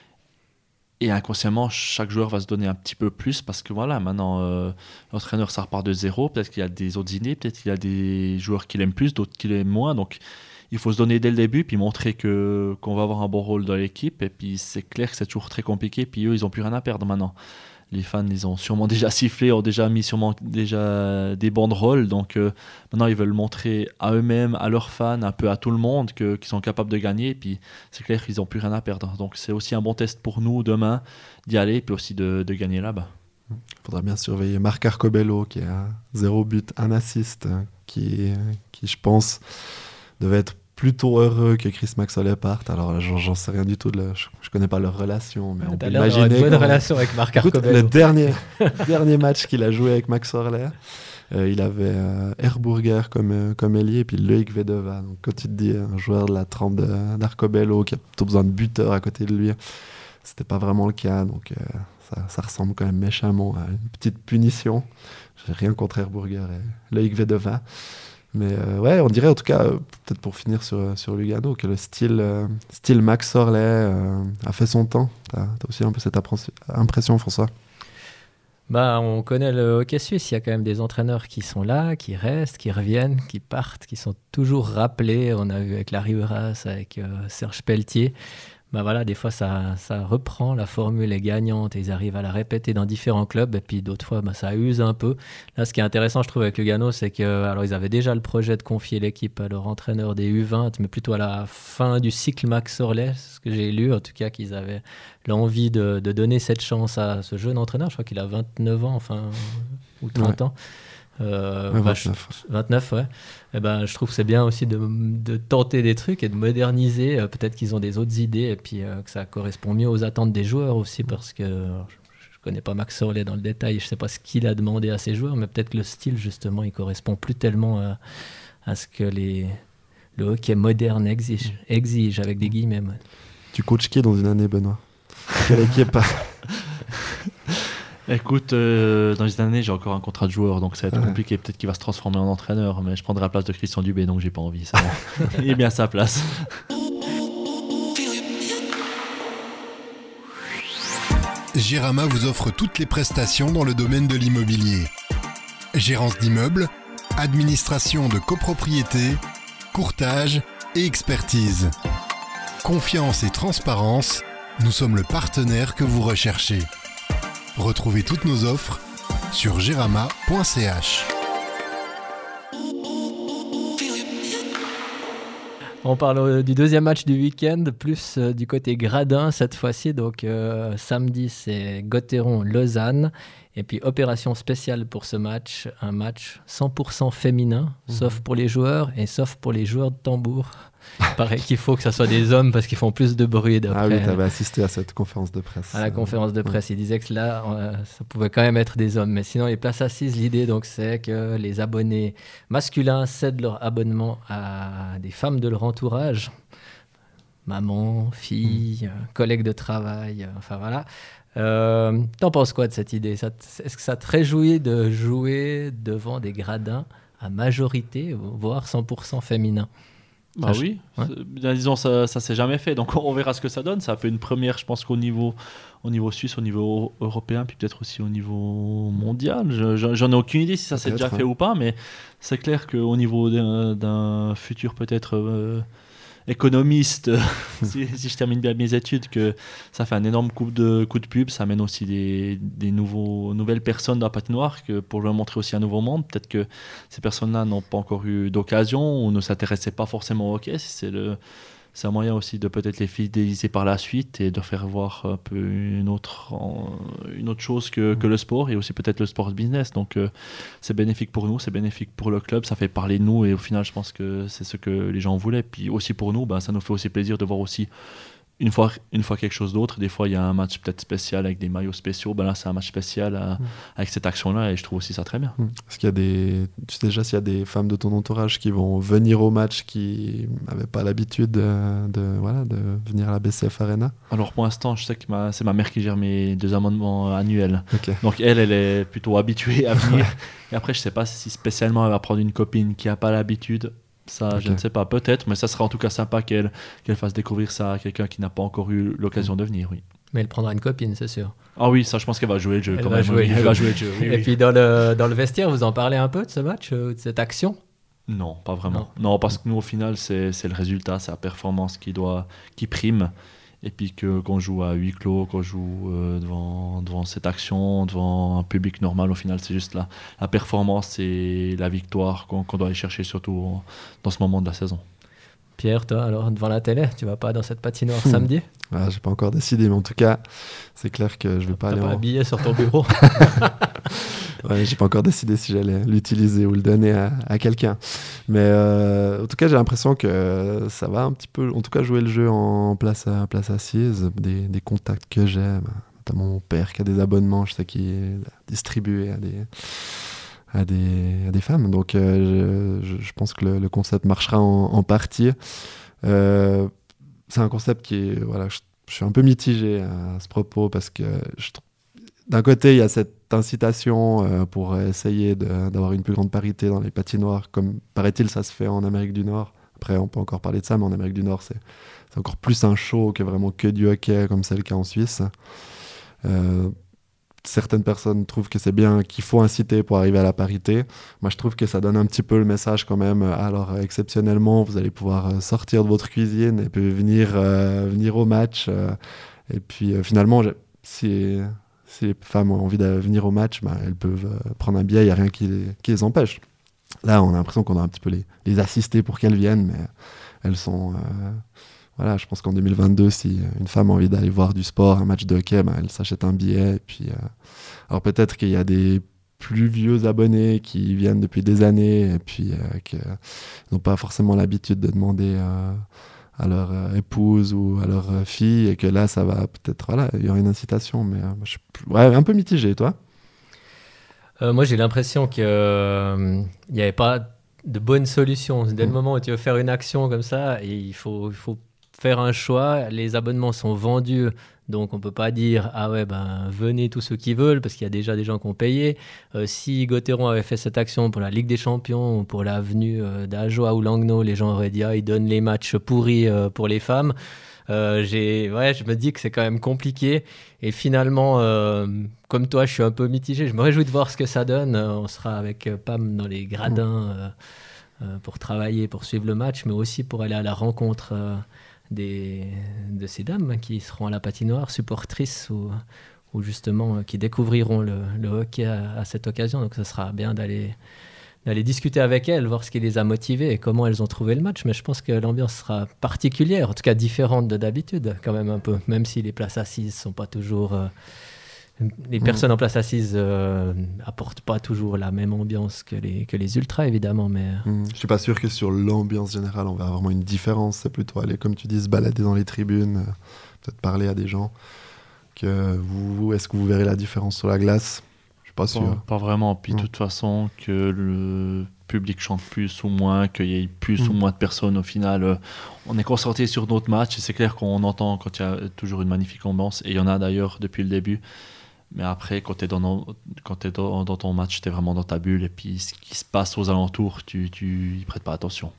Et inconsciemment, chaque joueur va se donner un petit peu plus parce que maintenant, l'entraîneur, ça repart de zéro. Peut-être qu'il y a des autres idées, peut-être qu'il y a des joueurs qui l'aiment plus, d'autres qui l'aiment moins. Donc, il faut se donner dès le début, puis montrer qu'on va avoir un bon rôle dans l'équipe. Et puis, c'est clair que c'est toujours très compliqué. Puis eux, ils n'ont plus rien à perdre maintenant. Les fans, ils ont sûrement déjà sifflé, ont déjà mis sûrement déjà des banderoles. Donc maintenant, ils veulent montrer à eux-mêmes, à leurs fans, un peu à tout le monde qu'ils sont capables de gagner. Et puis c'est clair qu'ils n'ont plus rien à perdre. Donc c'est aussi un bon test pour nous demain d'y aller, puis aussi de gagner là-bas. Il faudra bien surveiller Marc Arcobello qui a 0 but, 1 assist, qui je pense devait être plutôt heureux que Chris Maxwell parte. Alors j'en sais rien du tout. Je connais pas leur relation, mais on peut imaginer. Une bonne relation avec Marc Arcobello. Le dernier match qu'il a joué avec Max Orley, il avait Herburger comme ailier et puis Loïc Vedova. Donc quand tu te dis un joueur de la trempe d'Arcobello qui a plutôt besoin de buteur à côté de lui, c'était pas vraiment le cas. Donc ça ressemble quand même méchamment à une petite punition. J'ai rien contre Herburger et Loïc Vedova. Mais ouais, on dirait en tout cas, peut-être pour finir sur Lugano, que le style Max Orley a fait son temps. T'as aussi un peu cette impression, François? Bah, on connaît le hockey suisse, il y a quand même des entraîneurs qui sont là, qui restent, qui reviennent, qui partent, qui sont toujours rappelés. On a vu avec Larry Huras, avec Serge Pelletier. Bah voilà, des fois ça reprend, la formule est gagnante et ils arrivent à la répéter dans différents clubs, et puis d'autres fois ça use un peu. Là, ce qui est intéressant, je trouve, avec Lugano, c'est que alors ils avaient déjà le projet de confier l'équipe à leur entraîneur des U20, mais plutôt à la fin du cycle Max Orley, c'est ce que j'ai lu, en tout cas qu'ils avaient l'envie de donner cette chance à ce jeune entraîneur. Je crois qu'il a 29 ans, ou 30 ans. 29, ouais. Et ben, je trouve que c'est bien aussi de tenter des trucs et de moderniser. Peut-être qu'ils ont des autres idées, et puis que ça correspond mieux aux attentes des joueurs aussi, parce que je connais pas Max Orley dans le détail, je sais pas ce qu'il a demandé à ses joueurs, mais peut-être que le style, justement, il correspond plus tellement à ce que le hockey moderne exige avec des guillemets. Ouais. Tu coaches qui dans une année, Benoît? Quelle équipe? Écoute, dans les années, j'ai encore un contrat de joueur, donc ça va être compliqué. Peut-être qu'il va se transformer en entraîneur, mais je prendrai la place de Christian Dubé, donc j'ai pas envie. Ça il est bien à sa place. Gérama vous offre toutes les prestations dans le domaine de l'immobilier. Gérance d'immeubles, administration de copropriété, courtage et expertise. Confiance et transparence, nous sommes le partenaire que vous recherchez. Retrouvez toutes nos offres sur gerama.ch. On parle du deuxième match du week-end, plus du côté gradin cette fois-ci. Donc samedi, c'est Gotteron-Lausanne. Et puis opération spéciale pour ce match, un match 100% féminin, sauf pour les joueurs et sauf pour les joueurs de tambour. Il paraît qu'il faut que ça soit des hommes parce qu'ils font plus de bruit. Ah oui, tu avais assisté à cette conférence de presse. À la conférence de presse, il disait que là, ça pouvait quand même être des hommes. Mais sinon, les places assises, l'idée, donc, c'est que les abonnés masculins cèdent leur abonnement à des femmes de leur entourage. Maman, fille, collègues de travail, enfin voilà. T'en penses quoi de cette idée? Est-ce que ça te réjouit de jouer devant des gradins à majorité, voire 100% féminin? Bah oui, ouais. Disons ça s'est jamais fait, donc on verra ce que ça donne. Ça a fait une première, je pense qu'au niveau suisse, au niveau européen, puis peut-être aussi au niveau mondial. J'en ai aucune idée si ça s'est déjà fait ou pas, mais c'est clair qu'au niveau d'un futur peut-être économiste, si je termine bien mes études, que ça fait un énorme coup de pub, ça amène aussi des nouvelles personnes dans la patinoire, que pour leur montrer aussi un nouveau monde. Peut-être que ces personnes-là n'ont pas encore eu d'occasion ou ne s'intéressaient pas forcément au hockey. C'est un moyen aussi de peut-être les fidéliser par la suite et de faire voir un peu une autre chose que le sport, et aussi peut-être le sport business. Donc c'est bénéfique pour nous, c'est bénéfique pour le club, ça fait parler de nous, et au final je pense que c'est ce que les gens voulaient. Puis aussi pour nous, ça nous fait aussi plaisir de voir aussi une fois quelque chose d'autre. Des fois il y a un match peut-être spécial avec des maillots spéciaux, là c'est un match spécial avec cette action-là, et je trouve aussi ça très bien. Est-ce qu'il y a tu sais déjà s'il y a des femmes de ton entourage qui vont venir au match, qui n'avaient pas l'habitude de venir à la BCF Arena? Alors pour l'instant, je sais que c'est ma mère qui gère mes 2 abonnements annuels. Okay. Donc elle est plutôt habituée à venir. Et après, je sais pas si spécialement elle va prendre une copine qui n'a pas l'habitude. Ça, okay. Je ne sais pas, peut-être, mais ça sera en tout cas sympa qu'elle fasse découvrir ça à quelqu'un qui n'a pas encore eu l'occasion de venir, oui. Mais elle prendra une copine, c'est sûr. Ah oui, ça, je pense qu'elle va jouer le jeu Elle quand va même. Jouer elle va jouer le jeu. Oui, et puis dans le vestiaire, vous en parlez un peu de ce match, de cette action? Non, pas vraiment. Non, parce que nous, au final, c'est le résultat, c'est la performance qui prime. Et puis qu'on joue à huis clos, qu'on joue devant cette action, devant un public normal, au final, c'est juste la performance et la victoire qu'on doit aller chercher, surtout dans ce moment de la saison. Pierre, toi, alors, devant la télé, tu vas pas dans cette patinoire samedi? J'ai pas encore décidé, mais en tout cas, c'est clair que je vais pas aller. T'as pas un billet sur ton bureau? Ouais, j'ai pas encore décidé si j'allais l'utiliser ou le donner à quelqu'un. Mais en tout cas, j'ai l'impression que ça va un petit peu, en tout cas, jouer le jeu en place assise. Des contacts que j'ai, notamment mon père qui a des abonnements, je sais qu'il est distribué à des femmes. Donc, je pense que le concept marchera en partie. C'est un concept qui est, je suis un peu mitigé à ce propos, parce que d'un côté, il y a cette incitation pour essayer d'avoir une plus grande parité dans les patinoires, comme paraît-il, ça se fait en Amérique du Nord. Après, on peut encore parler de ça, mais en Amérique du Nord, c'est encore plus un show que vraiment que du hockey, comme c'est le cas en Suisse. Certaines personnes trouvent que c'est bien, qu'il faut inciter pour arriver à la parité. Moi, je trouve que ça donne un petit peu le message quand même. Alors, exceptionnellement, vous allez pouvoir sortir de votre cuisine et puis venir au match. Et puis, finalement, si les femmes ont envie de venir au match, elles peuvent prendre un billet, il n'y a rien qui les empêche. Là, on a l'impression qu'on a un petit peu les assister pour qu'elles viennent, mais elles sont... Voilà, je pense qu'en 2022, si une femme a envie d'aller voir du sport, un match de hockey, elle s'achète un billet. Et puis, alors peut-être qu'il y a des plus vieux abonnés qui viennent depuis des années et puis qui n'ont pas forcément l'habitude de demander à leur épouse ou à leur fille, et que là, ça va peut-être... Voilà, il y aura une incitation, mais je suis un peu mitigé, toi? Moi, j'ai l'impression qu'il n'y avait pas de bonne solution. Dès le moment où tu veux faire une action comme ça, il faut faire un choix. Les abonnements sont vendus, donc on ne peut pas dire « Ah ouais, venez tous ceux qui veulent », parce qu'il y a déjà des gens qui ont payé. Si Gauthieron avait fait cette action pour la Ligue des Champions ou pour l'avenue d'Ajoie ou Langnau, les gens auraient dit « Ah, ils donnent les matchs pourris pour les femmes ». Je me dis que c'est quand même compliqué. Et finalement, comme toi, je suis un peu mitigé. Je me réjouis de voir ce que ça donne. On sera avec Pam dans les gradins pour travailler, pour suivre le match, mais aussi pour aller à la rencontre de ces dames qui seront à la patinoire, supportrices ou justement qui découvriront le hockey à cette occasion. Donc ça sera bien d'aller discuter avec elles, voir ce qui les a motivées et comment elles ont trouvé le match. Mais je pense que l'ambiance sera particulière, en tout cas différente de d'habitude, quand même un peu, même si les places assises sont pas toujours... les personnes en place assise apportent pas toujours la même ambiance que les ultras, évidemment. Mais je suis pas sûr que sur l'ambiance générale, on verra vraiment une différence. C'est plutôt aller, comme tu dis, se balader dans les tribunes, peut-être parler à des gens. Est-ce que vous verrez la différence sur la glace? Pas sûr. Pas vraiment. Puis de toute façon, que le public chante plus ou moins, qu'il y ait plus ou moins de personnes au final. On est concentré sur notre match et c'est clair qu'on entend quand il y a toujours une magnifique ambiance. Et il y en a d'ailleurs depuis le début. Mais après, quand tu es dans ton match, tu es vraiment dans ta bulle. Et puis ce qui se passe aux alentours, tu y prêtes pas attention.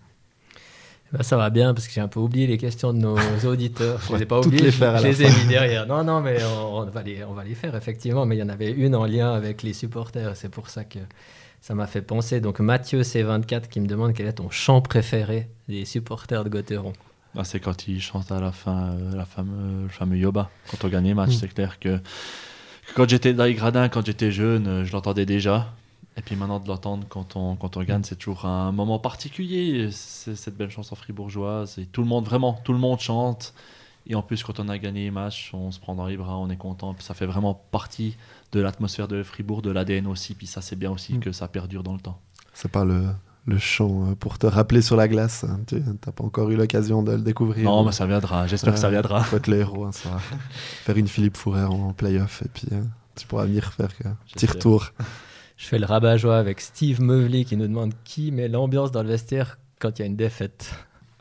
Ça va bien parce que j'ai un peu oublié les questions de nos auditeurs. Je les ai pas toutes oubliées, les faire je les ai mis derrière. Non, mais on va les faire effectivement. Mais il y en avait une en lien avec les supporters. C'est pour ça que ça m'a fait penser. Donc Mathieu C24 qui me demande quel est ton chant préféré des supporters de Gauthieron. C'est quand ils chantent à la fin le fameux Yoba. Quand on gagne les matchs, c'est clair que quand j'étais dans les gradins, quand j'étais jeune, je l'entendais déjà. Et puis maintenant de l'entendre quand on gagne, c'est toujours un moment particulier. C'est cette belle chanson fribourgeoise. Et tout le monde chante. Et en plus, quand on a gagné les matchs, on se prend dans les bras, on est content. Puis ça fait vraiment partie de l'atmosphère de Fribourg, de l'ADN aussi. Puis ça, c'est bien aussi que ça perdure dans le temps. C'est pas le chant pour te rappeler sur la glace. Tu n'as pas encore eu l'occasion de le découvrir. Non, mais ça viendra. J'espère que ça viendra. Faut être le héros. Ça va faire une Philippe Fourrer en play-off. Et puis tu pourras venir faire un petit retour. Je fais le rabat-joie avec Steve Meuvely qui nous demande qui met l'ambiance dans le vestiaire quand il y a une défaite.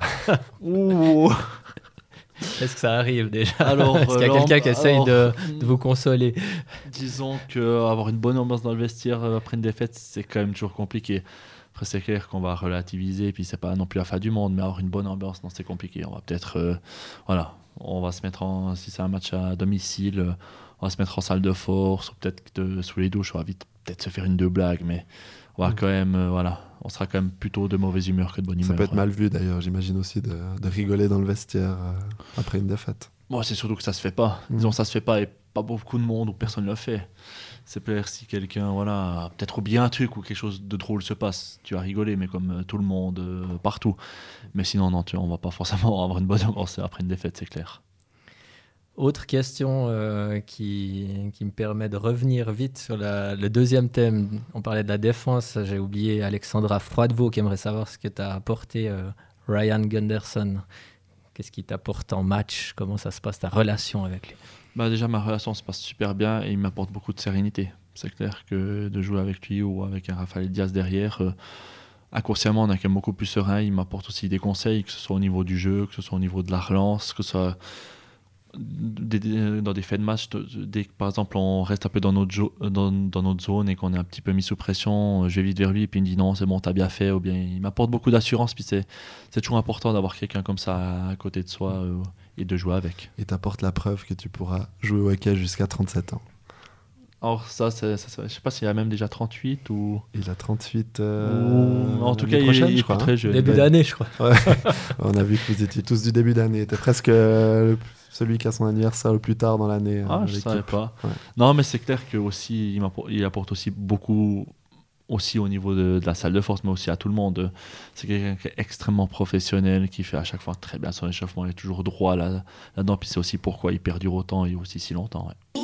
Ouh. Est-ce que ça arrive déjà? Alors, est-ce qu'il y a quelqu'un qui essaye de vous consoler? Disons qu'avoir une bonne ambiance dans le vestiaire après une défaite, c'est quand même toujours compliqué. Après, c'est clair qu'on va relativiser, et puis c'est pas non plus la fin du monde, mais avoir une bonne ambiance, non, c'est compliqué. On va peut-être, on va se mettre si c'est un match à domicile, on va se mettre en salle de force, ou peut-être sous les douches, on va vite peut-être se faire une deux blagues, mais on va quand même, on sera quand même plutôt de mauvaise humeur que de bonne humeur. Ça peut être mal vu d'ailleurs, j'imagine aussi, de rigoler dans le vestiaire après une défaite. Bon, c'est surtout que ça se fait pas. Disons, ça se fait pas et pas beaucoup de monde ou personne ne le fait. C'est clair, si quelqu'un, a peut-être oublié un truc ou quelque chose de drôle se passe, tu vas rigoler, mais comme tout le monde, partout. Mais sinon, non, on va pas forcément avoir une bonne ambiance après une défaite, c'est clair. Autre question qui me permet de revenir vite sur le deuxième thème. On parlait de la défense. J'ai oublié Alexandra Froidevaux qui aimerait savoir ce que t'a apporté Ryan Gunderson. Qu'est-ce qui t'apporte en match? Comment ça se passe, ta relation avec lui? Déjà, ma relation se passe super bien et il m'apporte beaucoup de sérénité. C'est clair que de jouer avec lui ou avec un Raphaël Diaz derrière, inconsciemment, on est quand même beaucoup plus serein. Il m'apporte aussi des conseils, que ce soit au niveau du jeu, que ce soit au niveau de la relance, que ce soit... dans des faits de match, dès que par exemple on reste un peu dans notre zone et qu'on est un petit peu mis sous pression, je vais vite vers lui et puis il me dit non c'est bon t'as bien fait, ou bien il m'apporte beaucoup d'assurance, puis c'est toujours important d'avoir quelqu'un comme ça à côté de soi et de jouer avec. Et t'apporte la preuve que tu pourras jouer au hockey jusqu'à 37 ans. Alors ça, je sais pas s'il a même déjà 38 ou... Il a 38 en tout cas, prochaine, il je est crois, très jeune. Début d'année, je crois. Ouais. On a vu que vous étiez tous du début d'année. T'es presque celui qui a son anniversaire le plus tard dans l'année. Ah, je savais pas. Ouais. Non, mais c'est clair que aussi, il apporte aussi beaucoup, aussi au niveau de la salle de force, mais aussi à tout le monde. C'est quelqu'un qui est extrêmement professionnel, qui fait à chaque fois très bien son échauffement, il est toujours droit là-dedans. Puis c'est aussi pourquoi il perdure autant et aussi si longtemps. Ouais.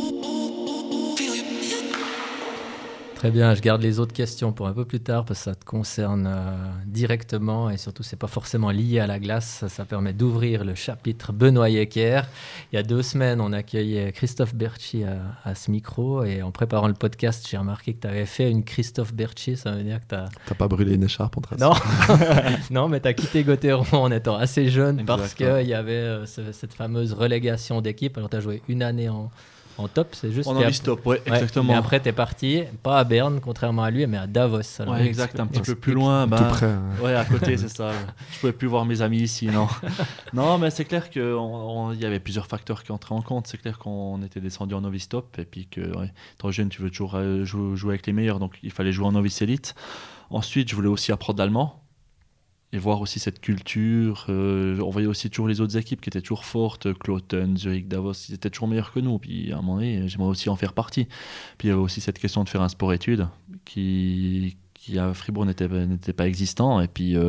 Très bien, je garde les autres questions pour un peu plus tard parce que ça te concerne directement et surtout c'est pas forcément lié à la glace. Ça permet d'ouvrir le chapitre Benoît Yecker. Il y a 2 semaines, on accueillait Christophe Berchi à ce micro et en préparant le podcast, j'ai remarqué que tu avais fait une Christophe Berchi. Ça veut dire que t'as pas brûlé une écharpe en trace. Non, non, mais tu as quitté Gauthieron en étant assez jeune parce Exactement. qu'il y avait cette fameuse relégation d'équipe. Alors tu as joué une année en top, c'est juste. On Puis en stop, ouais, Ouais, exactement. mais après, t'es parti, pas à Berne, contrairement à lui, mais à Davos. Alors, Ouais, exact, un petit peu plus explique. loin. Tout près. Hein. Ouais, à côté, c'est ça. Je pouvais plus voir mes amis ici, non. Non, mais c'est clair qu'il y avait plusieurs facteurs qui entraient en compte. C'est clair qu'on était descendu en novice top et puis que, ouais, étant jeune, tu veux toujours jouer avec les meilleurs, donc il fallait jouer en novice élite. Ensuite, je voulais aussi apprendre l'allemand et voir aussi cette culture. On voyait aussi toujours les autres équipes qui étaient toujours fortes, Cloton, Zurich, Davos, ils étaient toujours meilleurs que nous. Puis à un moment donné, j'aimerais aussi en faire partie. Puis il y avait aussi cette question de faire un sport-études qui à Fribourg n'était pas existant. Et puis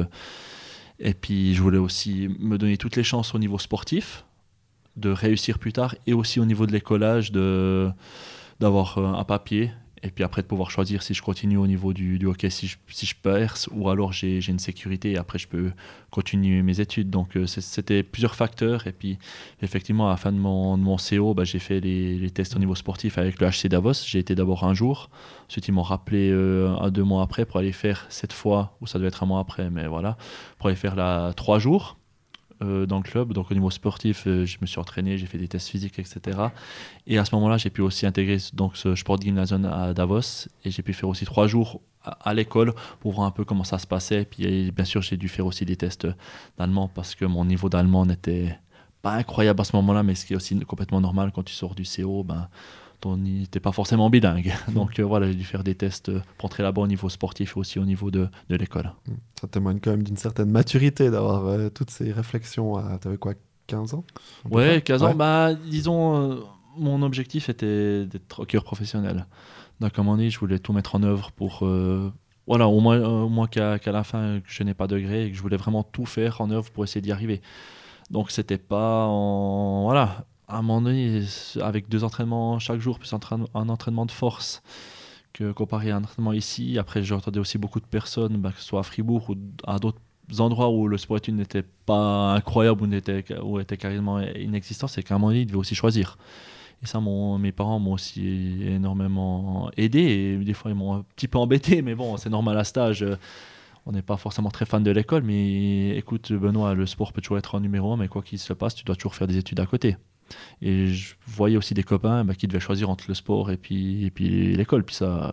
je voulais aussi me donner toutes les chances au niveau sportif, de réussir plus tard, et aussi au niveau de l'écolage, d'avoir un papier. Et puis après de pouvoir choisir si je continue au niveau du hockey, si je perce, ou alors j'ai une sécurité et après je peux continuer mes études. Donc c'était plusieurs facteurs. Et puis effectivement à la fin de mon CO, j'ai fait les tests au niveau sportif avec le HC Davos. J'ai été d'abord un jour, ensuite ils m'ont rappelé 2 mois après pour aller faire cette fois, ou ça devait être 1 mois après, mais voilà, pour aller faire 3 jours. Dans le club, donc au niveau sportif, je me suis entraîné, j'ai fait des tests physiques, etc. Et à ce moment-là, j'ai pu aussi intégrer donc ce Sportgymnasium à Davos, et j'ai pu faire aussi 3 jours à l'école pour voir un peu comment ça se passait. Puis bien sûr, j'ai dû faire aussi des tests d'allemand parce que mon niveau d'allemand n'était pas incroyable à ce moment-là, mais ce qui est aussi complètement normal quand tu sors du CO, t'es pas forcément bilingue. Donc voilà, j'ai dû faire des tests pour entrer là-bas au niveau sportif et aussi au niveau de l'école. Ça témoigne quand même d'une certaine maturité d'avoir toutes ces réflexions. T'avais quoi, 15 ans? Ouais, 15 ans. Ouais. Disons, mon objectif était d'être hockeyeur professionnel. Donc comme on dit, je voulais tout mettre en œuvre pour... voilà, au moins qu'à la fin, que je n'ai pas de gré et que je voulais vraiment tout faire en œuvre pour essayer d'y arriver. Donc c'était pas en... Voilà. À un moment donné, avec 2 entraînements chaque jour, plus un entraînement de force, que comparé à un entraînement ici. Après, j'entendais aussi beaucoup de personnes, que ce soit à Fribourg ou à d'autres endroits où le sport-études n'était pas incroyable ou était carrément inexistant, c'est qu'à un moment donné, ils devaient aussi choisir. Et ça, mes parents m'ont aussi énormément aidé. Et des fois, ils m'ont un petit peu embêté, mais bon, c'est normal à cet âge. On n'est pas forcément très fan de l'école, mais écoute, Benoît, le sport peut toujours être en numéro 1, mais quoi qu'il se passe, tu dois toujours faire des études à côté. Et je voyais aussi des copains qui devaient choisir entre le sport et puis l'école. Puis ça,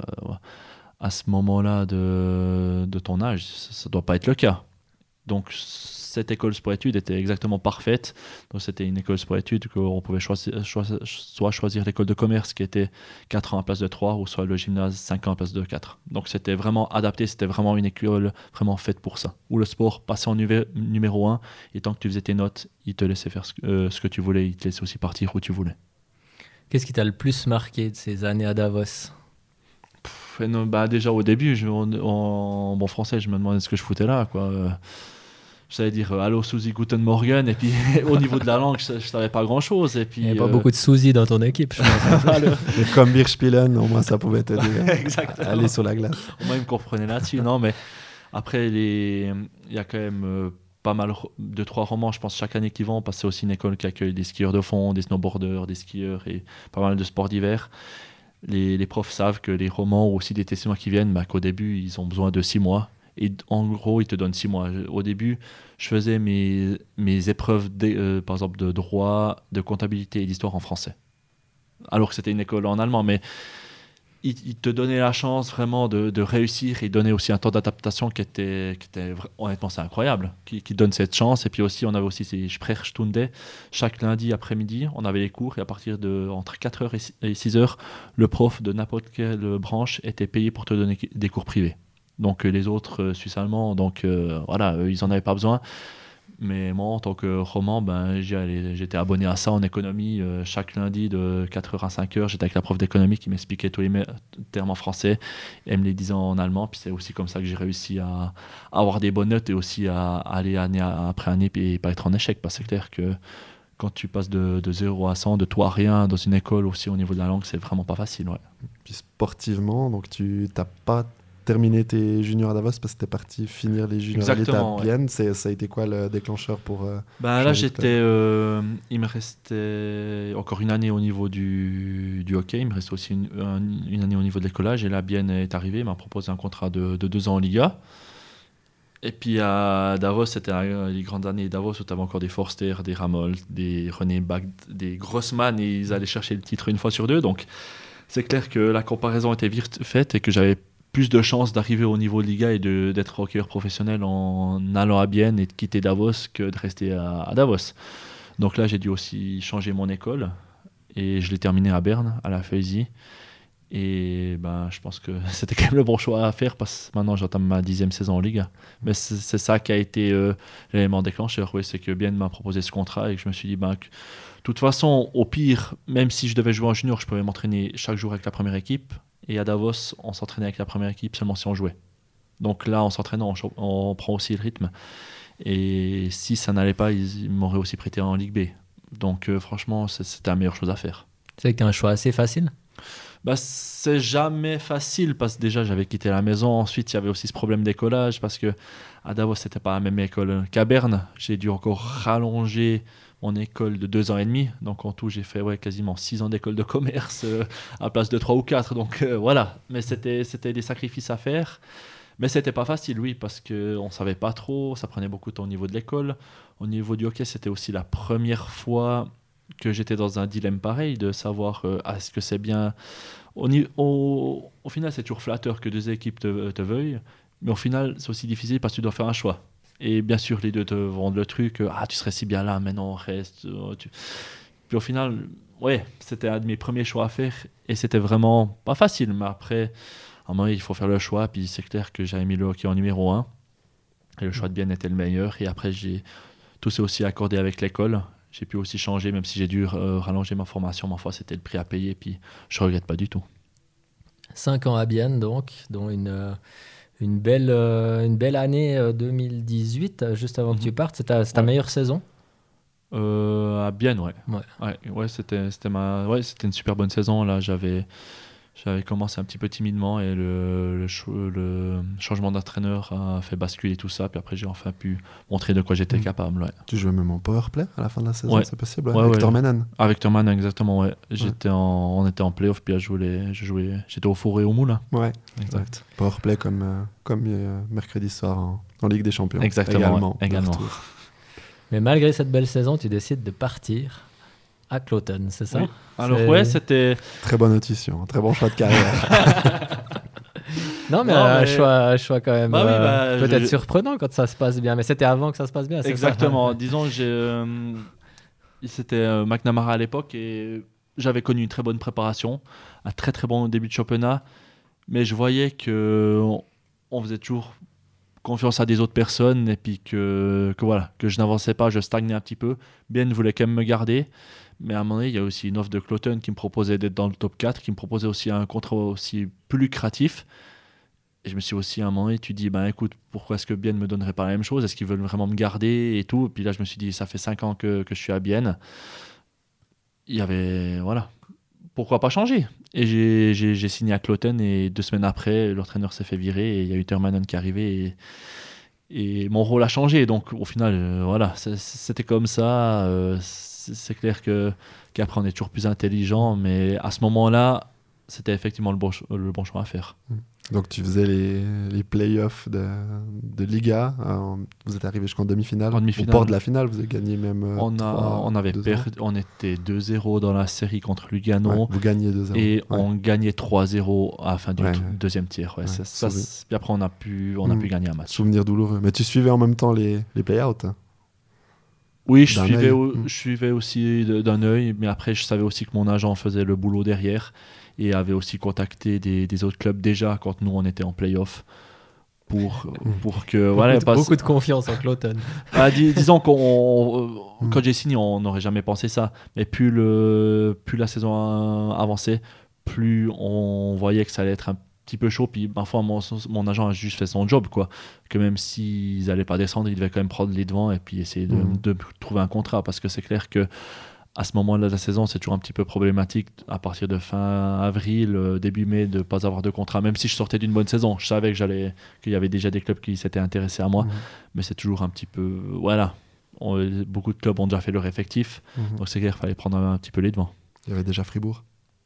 à ce moment-là de ton âge, ça ne doit pas être le cas. Donc cette école sport-études était exactement parfaite. Donc c'était une école sport-études qu'on pouvait soit choisir l'école de commerce qui était 4 ans à place de 3, ou soit le gymnase 5 ans à place de 4. Donc c'était vraiment adapté, c'était vraiment une école vraiment faite pour ça. Où le sport passait en numéro 1, et tant que tu faisais tes notes, il te laissait faire ce que tu voulais, il te laissait aussi partir où tu voulais. Qu'est-ce qui t'a le plus marqué de ces années à Davos? Déjà au début, en bon français, je me demandais ce que je foutais là, quoi. Je savais dire allô Suzy Guten Morgen, et puis au niveau de la langue, je savais pas grand chose. Et puis, il n'y avait pas beaucoup de Suzy dans ton équipe, je pense. Mais comme Birchpielen, au moins ça pouvait t'aider à aller sur la glace. Au moins, ils me comprenaient là-dessus. Non, mais après, il y a quand même pas mal de 3 romans, je pense, chaque année qui vont, parce que c'est aussi une école qui accueille des skieurs de fond, des snowboarders, des skieurs et pas mal de sports d'hiver. Les profs savent que les romans ou aussi des testimonies qui viennent, qu'au début, ils ont besoin de 6 mois. Et en gros, ils te donnent 6 mois. Au début, je faisais mes épreuves, par exemple, de droit, de comptabilité et d'histoire en français. Alors que c'était une école en allemand, mais il te donnait la chance vraiment de réussir. Il donnait aussi un temps d'adaptation qui était honnêtement, c'est incroyable, qui donne cette chance. Et puis aussi, on avait aussi ces Sprechstunde. Chaque lundi après-midi, on avait les cours et à partir de entre 4h et 6h, le prof de n'importe quelle branche était payé pour te donner des cours privés. Donc les autres Suisses allemands, donc voilà, ils n'en avaient pas besoin. Mais moi, en tant que roman, j'étais abonné à ça en économie. Chaque lundi, de 4h à 5h, j'étais avec la prof d'économie qui m'expliquait tous les termes en français et elle me les disait en allemand. Puis c'est aussi comme ça que j'ai réussi à avoir des bonnes notes et aussi à aller année après année et pas être en échec. Parce que c'est clair que quand tu passes de 0 à 100, de tout à rien, dans une école aussi au niveau de la langue, c'est vraiment pas facile. Ouais. Puis sportivement, donc tu n'as pas terminé tes juniors à Davos parce que tu es parti finir les juniors à Bienne. Ça a été quoi le déclencheur pour là, il me restait encore une année au niveau du hockey. Il me restait aussi une année au niveau de l'écolage. Et là, Bienne est arrivé. Il m'a proposé un contrat de 2 ans en Liga. Et puis à Davos, c'était les grandes années Davos où tu avais encore des Forster, des Ramold, des René Bach, des Grossman. Et ils allaient chercher le titre une fois sur 2. Donc c'est clair que la comparaison était vite faite et que j'avais plus de chances d'arriver au niveau de Liga et d'être hockeyeur professionnel en allant à Bienne et de quitter Davos que de rester à Davos. Donc là, j'ai dû aussi changer mon école et je l'ai terminé à Berne, à la FEISI. Et je pense que c'était quand même le bon choix à faire parce que maintenant, j'entame ma 10e saison en Liga. Mais c'est ça qui a été l'élément déclencheur. Oui, c'est que Bienne m'a proposé ce contrat et que je me suis dit, de toute façon, au pire, même si je devais jouer en junior, je pouvais m'entraîner chaque jour avec la première équipe. Et à Davos, on s'entraînait avec la première équipe seulement si on jouait. Donc là, en s'entraînant, on prend aussi le rythme. Et si ça n'allait pas, ils m'auraient aussi prêté en Ligue B. Donc franchement, c'était la meilleure chose à faire. C'est un choix assez facile. C'est jamais facile parce que déjà, j'avais quitté la maison. Ensuite, il y avait aussi ce problème d'écolage parce que à Davos, c'était pas la même école qu'à Berne. J'ai dû encore rallonger mon école de 2 ans et demi. Donc en tout, j'ai fait quasiment 6 ans d'école de commerce à place de 3 ou 4. Donc voilà. Mais c'était des sacrifices à faire. Mais c'était pas facile, oui, parce qu'on savait pas trop. Ça prenait beaucoup de temps au niveau de l'école. Au niveau du hockey, c'était aussi la première fois que j'étais dans un dilemme pareil, de savoir est-ce que c'est bien. Au final, c'est toujours flatteur que 2 équipes te veuillent. Mais au final, c'est aussi difficile parce que tu dois faire un choix. Et bien sûr, les deux te vendent le truc, tu serais si bien là, maintenant on reste. Puis au final, c'était un de mes premiers choix à faire et c'était vraiment pas facile. Mais après, à un moment, il faut faire le choix. Puis c'est clair que j'avais mis le hockey en numéro 1 et le choix de Bienne était le meilleur. Et après, tout s'est aussi accordé avec l'école. J'ai pu aussi changer, même si j'ai dû rallonger ma formation. Ma foi, c'était le prix à payer. Puis je regrette pas du tout. 5 ans à Bienne, donc, dont une belle année 2018, juste avant que tu partes. C'est ta meilleure saison à Bienne, ouais, c'était une super bonne saison. Là, j'avais commencé un petit peu timidement et le changement d'entraîneur a fait basculer tout ça. Puis après, j'ai enfin pu montrer de quoi j'étais capable. Ouais. Tu jouais même en powerplay à la fin de la saison, c'est possible avec Tormenan. Avec Tormenan, exactement. Ouais. On était en playoff, puis j'étais au four et au moule. Ouais, exact. Powerplay comme mercredi soir en Ligue des Champions. Exactement. Également. Mais malgré cette belle saison, tu décides de partir à Cloton, c'est ça? Oui. Alors c'était... Très bonne intuition, très bon choix de carrière. Non, mais un choix quand même peut-être surprenant quand ça se passe bien. Mais c'était avant que ça se passe bien, c'est exactement. Ça. Disons, c'était McNamara à l'époque et j'avais connu une très bonne préparation, un très très bon début de championnat. Mais je voyais qu'on faisait toujours confiance à des autres personnes et puis que je n'avançais pas, je stagnais un petit peu. Bienne voulait quand même me garder. Mais à un moment donné, il y a aussi une offre de Cloton qui me proposait d'être dans le top 4, qui me proposait aussi un contrat aussi plus lucratif. Et je me suis aussi, à un moment donné, tu dis, écoute, pourquoi est-ce que Bienne ne me donnerait pas la même chose? Est-ce qu'ils veulent vraiment me garder et tout? Et puis là, je me suis dit, ça fait 5 ans que je suis à Bienne. Il y avait, pourquoi pas changer? Et j'ai signé à Cloton et 2 semaines après, l'entraîneur s'est fait virer et il y a eu Termanen qui est arrivé et mon rôle a changé. Donc au final, c'était comme ça. C'est clair qu'après on est toujours plus intelligent, mais à ce moment-là, c'était effectivement le bon choix à faire. Donc tu faisais les playoffs de Liga. Vous êtes arrivé jusqu'en demi-finale. Au port de la finale, vous avez gagné même. On était 2-0 dans la série contre Lugano. Ouais, vous gagnez 2-0. Et on gagnait 3-0 à la fin du deuxième tiers. Ouais. Puis après, on a pu gagner un match. Souvenir douloureux. Mais tu suivais en même temps les play-outs, hein. Oui, je suivais aussi d'un œil, mais après, je savais aussi que mon agent faisait le boulot derrière et avait aussi contacté des autres clubs déjà quand nous, on était en play-off pour que... Voilà, beaucoup de confiance en Cloton. Disons quand j'ai signé, on n'aurait jamais pensé ça, mais plus la saison avançait, plus on voyait que ça allait être un petit peu chaud, puis parfois mon agent a juste fait son job, quoi, que même s'ils n'allaient pas descendre, il devait quand même prendre les devants et puis essayer de trouver un contrat, parce que c'est clair que à ce moment-là de la saison, c'est toujours un petit peu problématique à partir de fin avril, début mai, de ne pas avoir de contrat, même si je sortais d'une bonne saison. Je savais qu'il y avait déjà des clubs qui s'étaient intéressés à moi, mais c'est toujours un petit peu... Voilà, beaucoup de clubs ont déjà fait leur effectif, donc c'est clair qu'il fallait prendre un petit peu les devants. Il y avait déjà Fribourg.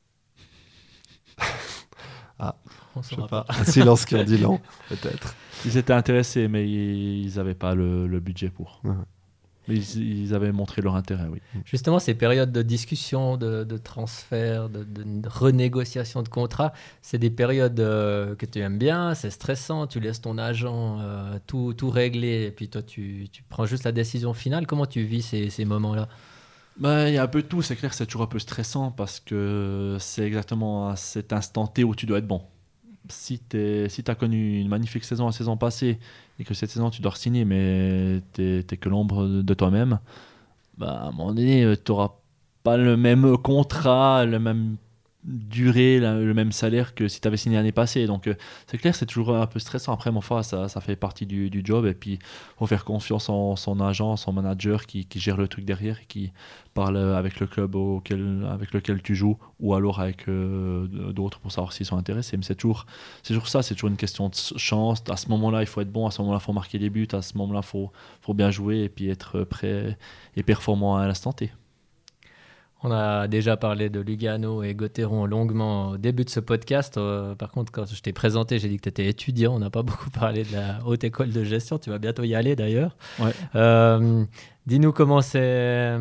On je sais pas. Un silence qui en dit long, peut-être. Ils étaient intéressés, mais ils n'avaient pas le budget pour. Ouais. Mais ils avaient montré leur intérêt, oui. Justement, ces périodes de discussion, de transfert, de renégociation de contrat, c'est des périodes que tu aimes bien, c'est stressant, tu laisses ton agent tout régler, et puis toi, tu prends juste la décision finale. Comment tu vis ces moments-là ? Il y a un peu de tout, c'est clair que c'est toujours un peu stressant parce que c'est exactement à cet instant T où tu dois être bon. Si tu as connu une magnifique saison la saison passée et que cette saison tu dois signer mais t'es que l'ombre de toi-même, à un moment donné tu n'auras pas le même contrat, la même durée, le même salaire que si tu avais signé l'année passée. Donc c'est clair, c'est toujours un peu stressant. Après, mon frère, ça fait partie du job, et puis il faut faire confiance en son agent, son manager qui gère le truc derrière et qui parle avec le club avec lequel tu joues, ou alors avec d'autres pour savoir s'ils sont intéressés. Mais c'est toujours ça, c'est toujours une question de chance. À ce moment-là, il faut être bon, à ce moment-là, il faut marquer des buts, à ce moment-là, il faut bien jouer et puis être prêt et performant à l'instant T. On a déjà parlé de Lugano et Gauthieron longuement au début de ce podcast. Par contre, quand je t'ai présenté, j'ai dit que tu étais étudiant. On n'a pas beaucoup parlé de la haute école de gestion. Tu vas bientôt y aller d'ailleurs. Ouais. Dis-nous comment c'est...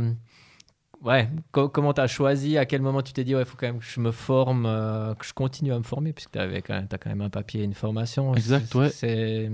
comment tu as choisi, à quel moment tu t'es dit il faut quand même que je me forme, que je continue à me former, puisque tu as quand même un papier et une formation. Exact, ouais.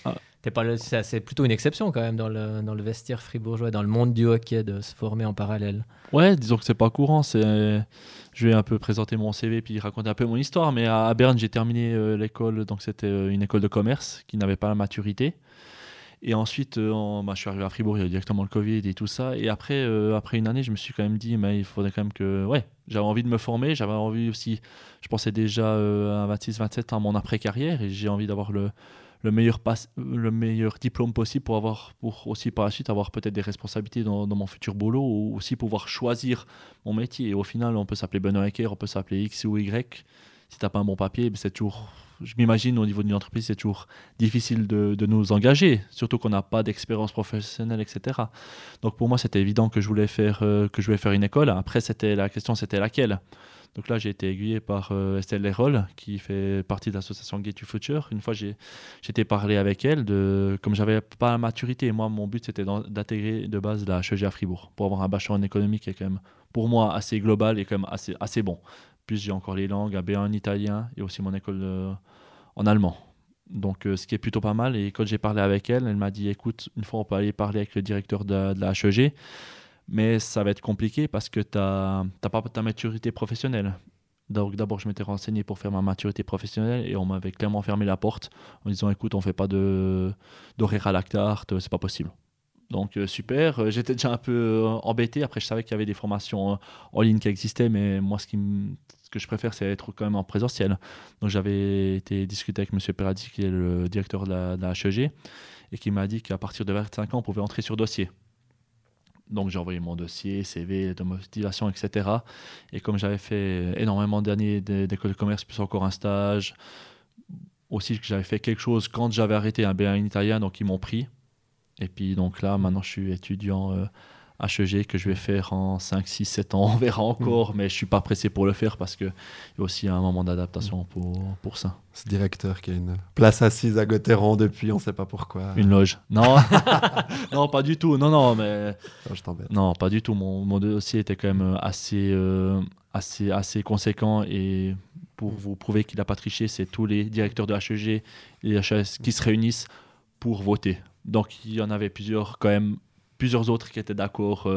C'est plutôt une exception quand même dans le vestiaire fribourgeois, dans le monde du hockey, de se former en parallèle. Ouais, disons que c'est pas courant. Je vais un peu présenter mon CV puis raconter un peu mon histoire. Mais à Berne, j'ai terminé l'école, donc c'était une école de commerce qui n'avait pas la maturité. Et ensuite, je suis arrivé à Fribourg, il y a directement le Covid et tout ça. Et après une année, je me suis quand même dit, mais il faudrait quand même que... Ouais, j'avais envie de me former, j'avais envie aussi... Je pensais déjà à 26-27 à mon après-carrière, et j'ai envie d'avoir le meilleur diplôme possible pour aussi par la suite avoir peut-être des responsabilités dans mon futur boulot, ou aussi pouvoir choisir mon métier. Et au final, on peut s'appeler Benoît Ecker, on peut s'appeler X ou Y. Si tu n'as pas un bon papier, c'est toujours... Je m'imagine au niveau d'une entreprise, c'est toujours difficile de nous engager, surtout qu'on n'a pas d'expérience professionnelle, etc. Donc pour moi, c'était évident que je voulais faire une école. Après, la question, c'était laquelle. Donc là, j'ai été aiguillé par Estelle Lerol, qui fait partie de l'association Get to Future. Une fois, j'étais parlé avec elle, comme j'avais pas la maturité. Moi, mon but, c'était d'intégrer de base la HEG à Fribourg, pour avoir un bachelor en économie qui est quand même, pour moi, assez global et quand même assez bon. Puis j'ai encore les langues, un B1 en italien et aussi mon école en allemand. Donc ce qui est plutôt pas mal. Et quand j'ai parlé avec elle, elle m'a dit, écoute, une fois on peut aller parler avec le directeur de la HEG, mais ça va être compliqué parce que tu n'as pas ta maturité professionnelle. Donc d'abord, je m'étais renseigné pour faire ma maturité professionnelle et on m'avait clairement fermé la porte en disant, écoute, on ne fait pas d'horaire à la carte, c'est pas possible. Donc super, j'étais déjà un peu embêté. Après, je savais qu'il y avait des formations en ligne qui existaient, mais moi, ce que je préfère, c'est être quand même en présentiel. Donc j'avais été discuter avec M. Peradi, qui est le directeur de la HEG, et qui m'a dit qu'à partir de 25 ans, on pouvait entrer sur dossier. Donc j'ai envoyé mon dossier, CV de motivation, etc. Et comme j'avais fait énormément d'années d'école de commerce, plus encore un stage, aussi que j'avais fait quelque chose quand j'avais arrêté un B1 en italien, donc ils m'ont pris. Et puis donc là, maintenant je suis étudiant HEG que je vais faire en 5, 6, 7 ans. On verra encore, mais je ne suis pas pressé pour le faire parce qu'il y a aussi un moment d'adaptation pour ça. Ce directeur qui a une place assise à Gauthieron depuis, on ne sait pas pourquoi. Une loge. Non, non, pas du tout. Non, mais... Non, je t'embête. Non, pas du tout. Mon dossier était quand même assez conséquent et pour vous prouver qu'il n'a pas triché, c'est tous les directeurs de HEG et HES qui se réunissent pour voter. Donc, il y en avait plusieurs autres qui étaient d'accord,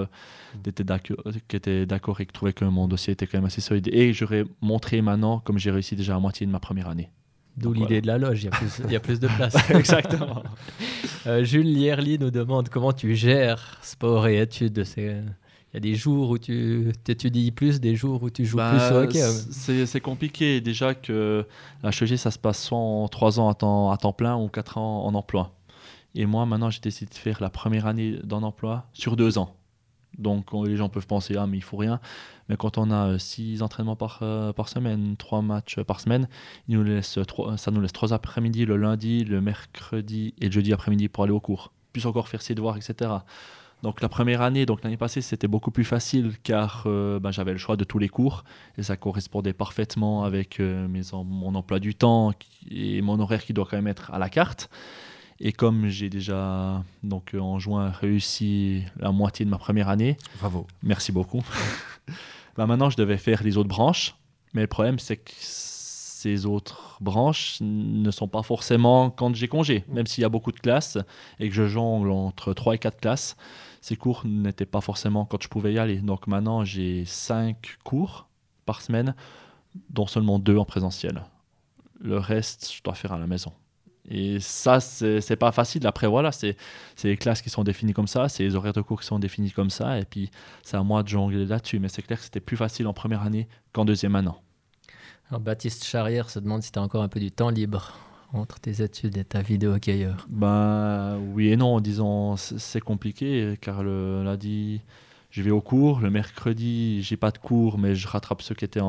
qui trouvaient que mon dossier était quand même assez solide. Et j'aurais montré maintenant comme j'ai réussi déjà à moitié de ma première année. D'où l'idée de la loge, il y a plus de place. Exactement. Jules Lierly nous demande comment tu gères sport et études. Il y a des jours où tu t'étudies plus, des jours où tu joues plus au hockey. C'est compliqué. Déjà que la HEG, ça se passe soit en 3 ans à temps plein ou 4 ans en emploi. Et moi, maintenant, j'ai décidé de faire la première année d'un emploi sur 2 ans. Donc, les gens peuvent penser, mais il faut rien. Mais quand on a 6 entraînements par semaine, 3 matchs par semaine, ça nous laisse 3 après-midi, le lundi, le mercredi et le jeudi après-midi pour aller au cours. Plus encore faire ses devoirs, etc. Donc, la première année, donc l'année passée, c'était beaucoup plus facile car j'avais le choix de tous les cours et ça correspondait parfaitement avec mon emploi du temps et mon horaire qui doit quand même être à la carte. Et comme j'ai déjà, donc en juin, réussi la moitié de ma première année, bravo. Merci beaucoup. Maintenant, je devais faire les autres branches. Mais le problème, c'est que ces autres branches ne sont pas forcément quand j'ai congé. Même s'il y a beaucoup de classes et que je jongle entre 3 et 4 classes, ces cours n'étaient pas forcément quand je pouvais y aller. Donc maintenant, j'ai 5 cours par semaine, dont seulement 2 en présentiel. Le reste, je dois faire à la maison. Et ça, c'est pas facile. Après, voilà, c'est les classes qui sont définies comme ça, c'est les horaires de cours qui sont définis comme ça, et puis c'est à moi de jongler là-dessus. Mais c'est clair que c'était plus facile en première année qu'en deuxième année. Alors, Baptiste Charrière se demande si tu as encore un peu du temps libre entre tes études et ta vie de hockeyeur. Oui et non, disons, c'est compliqué, car le lundi, je vais au cours. Le mercredi, j'ai pas de cours, mais je rattrape ceux qui étaient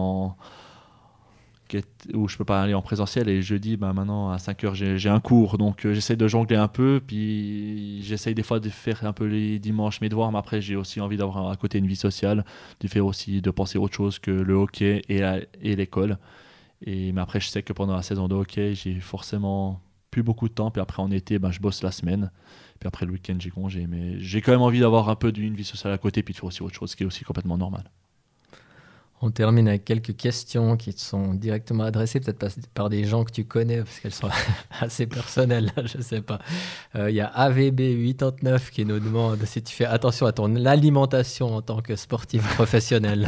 où je peux pas aller en présentiel, et jeudi maintenant à 5h j'ai un cours, donc j'essaie de jongler un peu, puis j'essaie des fois de faire un peu les dimanches mes devoirs, mais après j'ai aussi envie d'avoir à côté une vie sociale, de penser à autre chose que le hockey et l'école. Mais après je sais que pendant la saison de hockey j'ai forcément plus beaucoup de temps, puis après en été je bosse la semaine, puis après le week-end j'ai congé, mais j'ai quand même envie d'avoir un peu d'une vie sociale à côté, puis de faire aussi autre chose qui est aussi complètement normal. On termine avec quelques questions qui te sont directement adressées, peut-être par des gens que tu connais, parce qu'elles sont assez personnelles, je ne sais pas. Il y a AVB89 qui nous demande si tu fais attention à ton alimentation en tant que sportif professionnel.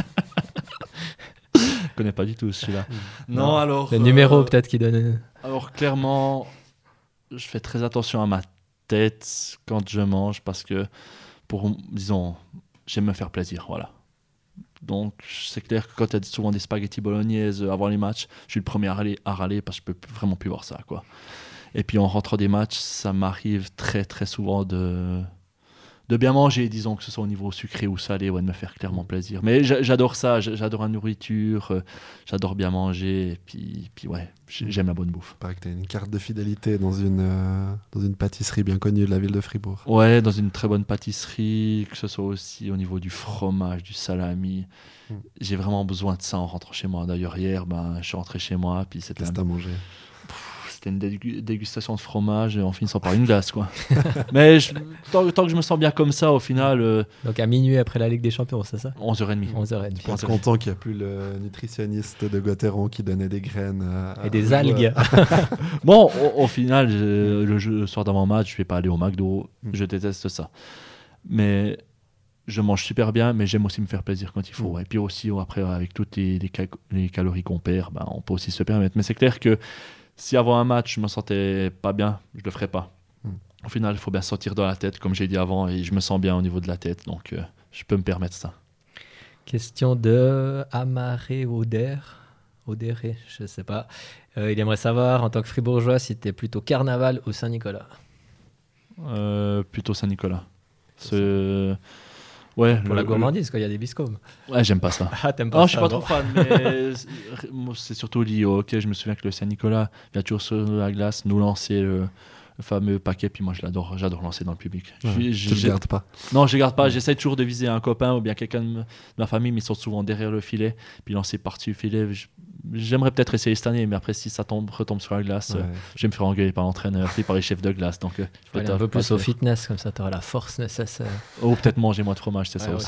Je ne connais pas du tout celui-là. Non, alors... Le numéro peut-être qui donne... Alors clairement, je fais très attention à ma tête quand je mange, parce que, j'aime me faire plaisir, voilà. Donc, c'est clair que quand il y a souvent des spaghettis bolognaise avant les matchs, je suis le premier à râler parce que je peux vraiment plus voir ça, quoi. Et puis, en rentrant des matchs, ça m'arrive très, très souvent de bien manger, disons, que ce soit au niveau sucré ou salé, de me faire clairement plaisir. Mais j'adore ça, j'adore la nourriture, j'adore bien manger, et puis j'aime la bonne bouffe. Il paraît que tu as une carte de fidélité dans une pâtisserie bien connue de la ville de Fribourg. Ouais, dans une très bonne pâtisserie, que ce soit aussi au niveau du fromage, du salami. J'ai vraiment besoin de ça en rentrant chez moi. D'ailleurs, hier, je suis rentré chez moi, puis c'était... Qu'est-ce que t'as mangé ? C'était une dégustation de fromage en finissant par une glace, quoi. Mais tant que je me sens bien comme ça, au final... Donc à minuit après la Ligue des Champions, c'est ça ? 11h30. 11h30. Je pense content qu'il n'y a plus le nutritionniste de Gauthieron qui donnait des graines. Et des algues. Bon, au final, le soir d'avant-match, je ne vais pas aller au McDo. Je déteste ça. Mais je mange super bien, mais j'aime aussi me faire plaisir quand il faut. Et puis aussi, après, avec toutes les calories qu'on perd, on peut aussi se permettre. Mais c'est clair que si avant un match, je me sentais pas bien, je le ferais pas. Au final, il faut bien se sentir dans la tête, comme j'ai dit avant, et je me sens bien au niveau de la tête, donc je peux me permettre ça. Question de Amaré Odéré, je sais pas. Il aimerait savoir, en tant que fribourgeois, si tu es plutôt Carnaval ou Saint-Nicolas. Plutôt Saint-Nicolas. Ouais, pour la gourmandise, quand il y a des biscombes. Ouais, j'aime pas ça. Ah, t'aimes pas ça? Je suis pas trop fan, mais c'est surtout lié au hockey. Je me souviens que le Saint-Nicolas vient toujours sur la glace nous lancer le fameux paquet, puis moi j'adore lancer dans le public. Tu le gardes pas? Non, je ne garde pas. J'essaie toujours de viser un copain ou bien quelqu'un de ma famille, mais ils sont souvent derrière le filet, puis lancer par-dessus le filet. J'aimerais peut-être essayer cette année, mais après, si ça retombe sur la glace, je vais me faire engueuler par l'entraîneur, puis par les chefs de glace. Donc, je vais aller un peu plus au fitness, comme ça tu auras la force nécessaire. Ou peut-être manger moins de fromage, c'est ça aussi.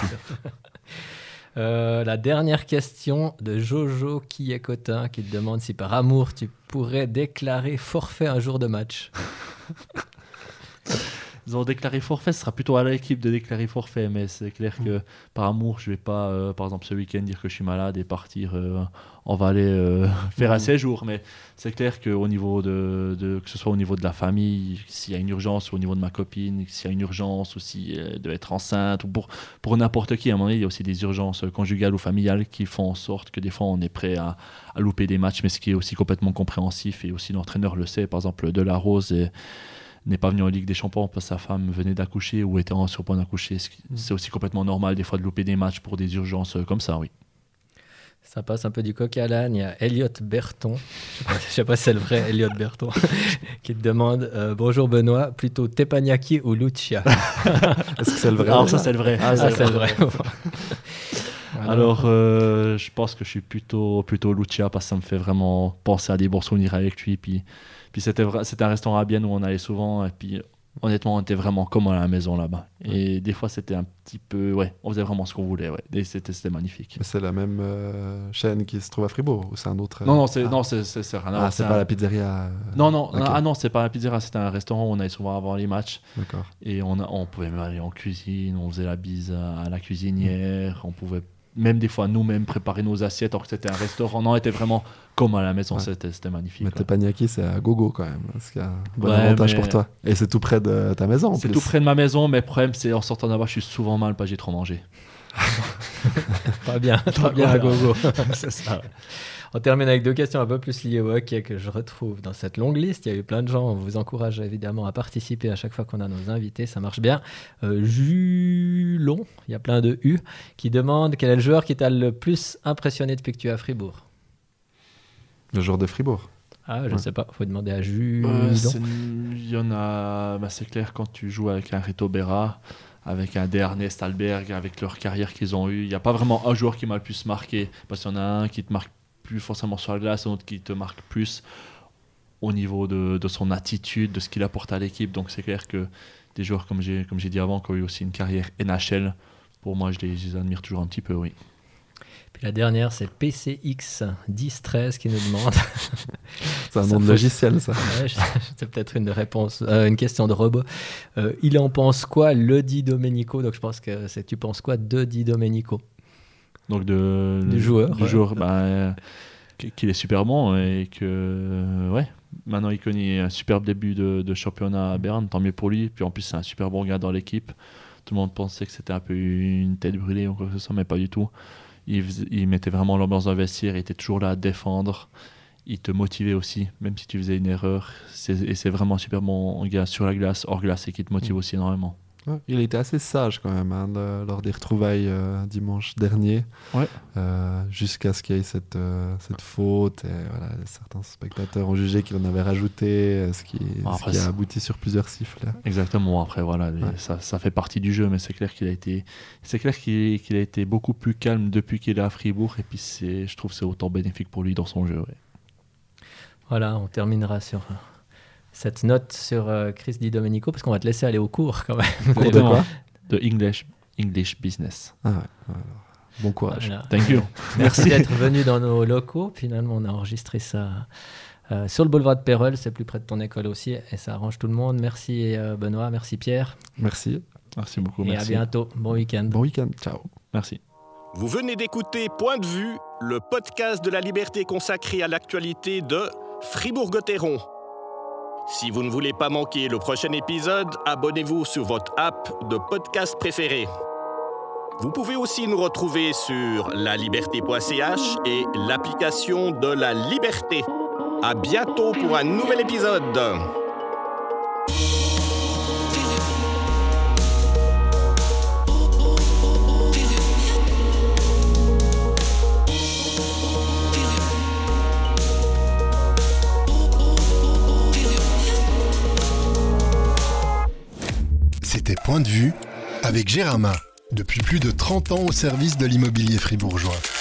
La dernière question de Jojo Kiekotin qui te demande si par amour tu pourrais déclarer forfait un jour de match. Ils ont déclaré forfait, ce sera plutôt à l'équipe de déclarer forfait, mais c'est clair que par amour, je ne vais pas, par exemple ce week-end, dire que je suis malade et partir en Valais faire un séjour. Mais c'est clair qu'au niveau que ce soit au niveau de la famille, s'il y a une urgence, ou au niveau de ma copine, s'il y a une urgence, ou si elle doit être enceinte, ou pour n'importe qui, à un moment donné, il y a aussi des urgences conjugales ou familiales qui font en sorte que des fois on est prêt à louper des matchs, mais ce qui est aussi complètement compréhensif, et aussi l'entraîneur le sait. Par exemple, Delarose n'est pas venu en Ligue des Champions parce que sa femme venait d'accoucher ou était sur point d'accoucher. C'est aussi complètement normal des fois de louper des matchs pour des urgences comme ça, oui. Ça passe un peu du coq à l'âne. Il y a Elliot Berton, je ne sais pas si c'est le vrai Elliot Berton, qui te demande bonjour Benoît, plutôt Teppanyaki ou Lucia? Est-ce que c'est le vrai? Alors ça c'est le vrai. C'est le vrai. Alors je pense que je suis plutôt Lucia parce que ça me fait vraiment penser à des bons souvenirs avec lui. Puis c'était un restaurant à Bienne où on allait souvent. Et puis honnêtement, on était vraiment comme à la maison là-bas. Et des fois, c'était un petit peu... Ouais, on faisait vraiment ce qu'on voulait. Ouais. Et c'était magnifique. Mais c'est la même chaîne qui se trouve à Fribourg ou c'est un autre... Non, c'est rien à voir. C'est pas la pizzeria Non. Okay. Ah non, c'est pas la pizzeria. C'était un restaurant où on allait souvent avant les matchs. D'accord. Et on pouvait même aller en cuisine. On faisait la bise à la cuisinière. On pouvait même des fois nous-mêmes préparer nos assiettes alors que c'était un restaurant. Non, on était vraiment comme à la maison. C'était magnifique. Mais Teppanyaki, c'est à gogo quand même. Parce qu'il y a un bon avantage pour toi. Et c'est tout près de ta maison en plus. C'est tout près de ma maison, mais le problème, c'est en sortant là-bas, je suis souvent mal parce que j'ai trop mangé. Pas bien à gogo. C'est ça. Ouais. On termine avec 2 questions un peu plus liées au hockey que je retrouve dans cette longue liste. Il y a eu plein de gens. On vous encourage évidemment à participer à chaque fois qu'on a nos invités. Ça marche bien. Julon, il y a plein de U, qui demande quel est le joueur qui t'a le plus impressionné depuis que tu es à Fribourg? Le joueur de Fribourg? Je ne sais pas. Il faut demander à Julon. Il y en a... c'est clair, quand tu joues avec un Reto Berra, avec un Ernest Alberg, avec leur carrière qu'ils ont eue, il n'y a pas vraiment un joueur qui m'a le plus marqué. Parce qu'il y en a un qui te marque plus forcément sur la glace, un autre qui te marque plus au niveau de son attitude, de ce qu'il apporte à l'équipe. Donc c'est clair que des joueurs comme j'ai dit avant, qui ont eu aussi une carrière NHL, pour moi je les admire toujours un petit peu, oui. Puis la dernière, c'est PCX 1013 qui nous demande. C'est un nom de logiciel, ça. Ouais, c'est peut-être une question de robot. Il en pense quoi, le Di Domenico? Donc je pense que c'est tu penses quoi de Di Domenico? Donc du joueur. Qu'il est super bon et que maintenant il connaît un superbe début de championnat à Berne, tant mieux pour lui. Puis en plus c'est un super bon gars dans l'équipe. Tout le monde pensait que c'était un peu une tête brûlée ou quoi que ce soit, mais pas du tout. Il mettait vraiment l'ambiance dans le vestiaire, il était toujours là à défendre. Il te motivait aussi, même si tu faisais une erreur. Et c'est vraiment un super bon gars sur la glace, hors glace, et qui te motive aussi énormément. Ouais, il était assez sage quand même lors des retrouvailles dimanche dernier, jusqu'à ce qu'il y ait cette faute. Et voilà, certains spectateurs ont jugé qu'il en avait rajouté, ce qui a abouti sur plusieurs sifflets. Exactement. Après voilà, ça fait partie du jeu, mais c'est clair qu'il a été beaucoup plus calme depuis qu'il est à Fribourg. Et puis je trouve que c'est autant bénéfique pour lui dans son jeu. Ouais. Voilà, on terminera sur cette note sur Chris Di Domenico, parce qu'on va te laisser aller au cours quand même. Cours de quoi? De English Business. Ah ouais. Alors, bon courage. Voilà. Thank you. Merci d'être venu dans nos locaux. Finalement, on a enregistré ça sur le boulevard de Pérols. C'est plus près de ton école aussi et ça arrange tout le monde. Merci Benoît, merci Pierre. Merci. Merci beaucoup. Et merci. À bientôt. Bon week-end. Bon week-end. Ciao. Merci. Vous venez d'écouter Point de vue, le podcast de la liberté consacré à l'actualité de Fribourg-Gotteron. Si vous ne voulez pas manquer le prochain épisode, abonnez-vous sur votre app de podcast préféré. Vous pouvez aussi nous retrouver sur laliberté.ch et l'application de La Liberté. À bientôt pour un nouvel épisode. C'était Point de vue avec Gérama, depuis plus de 30 ans au service de l'immobilier fribourgeois.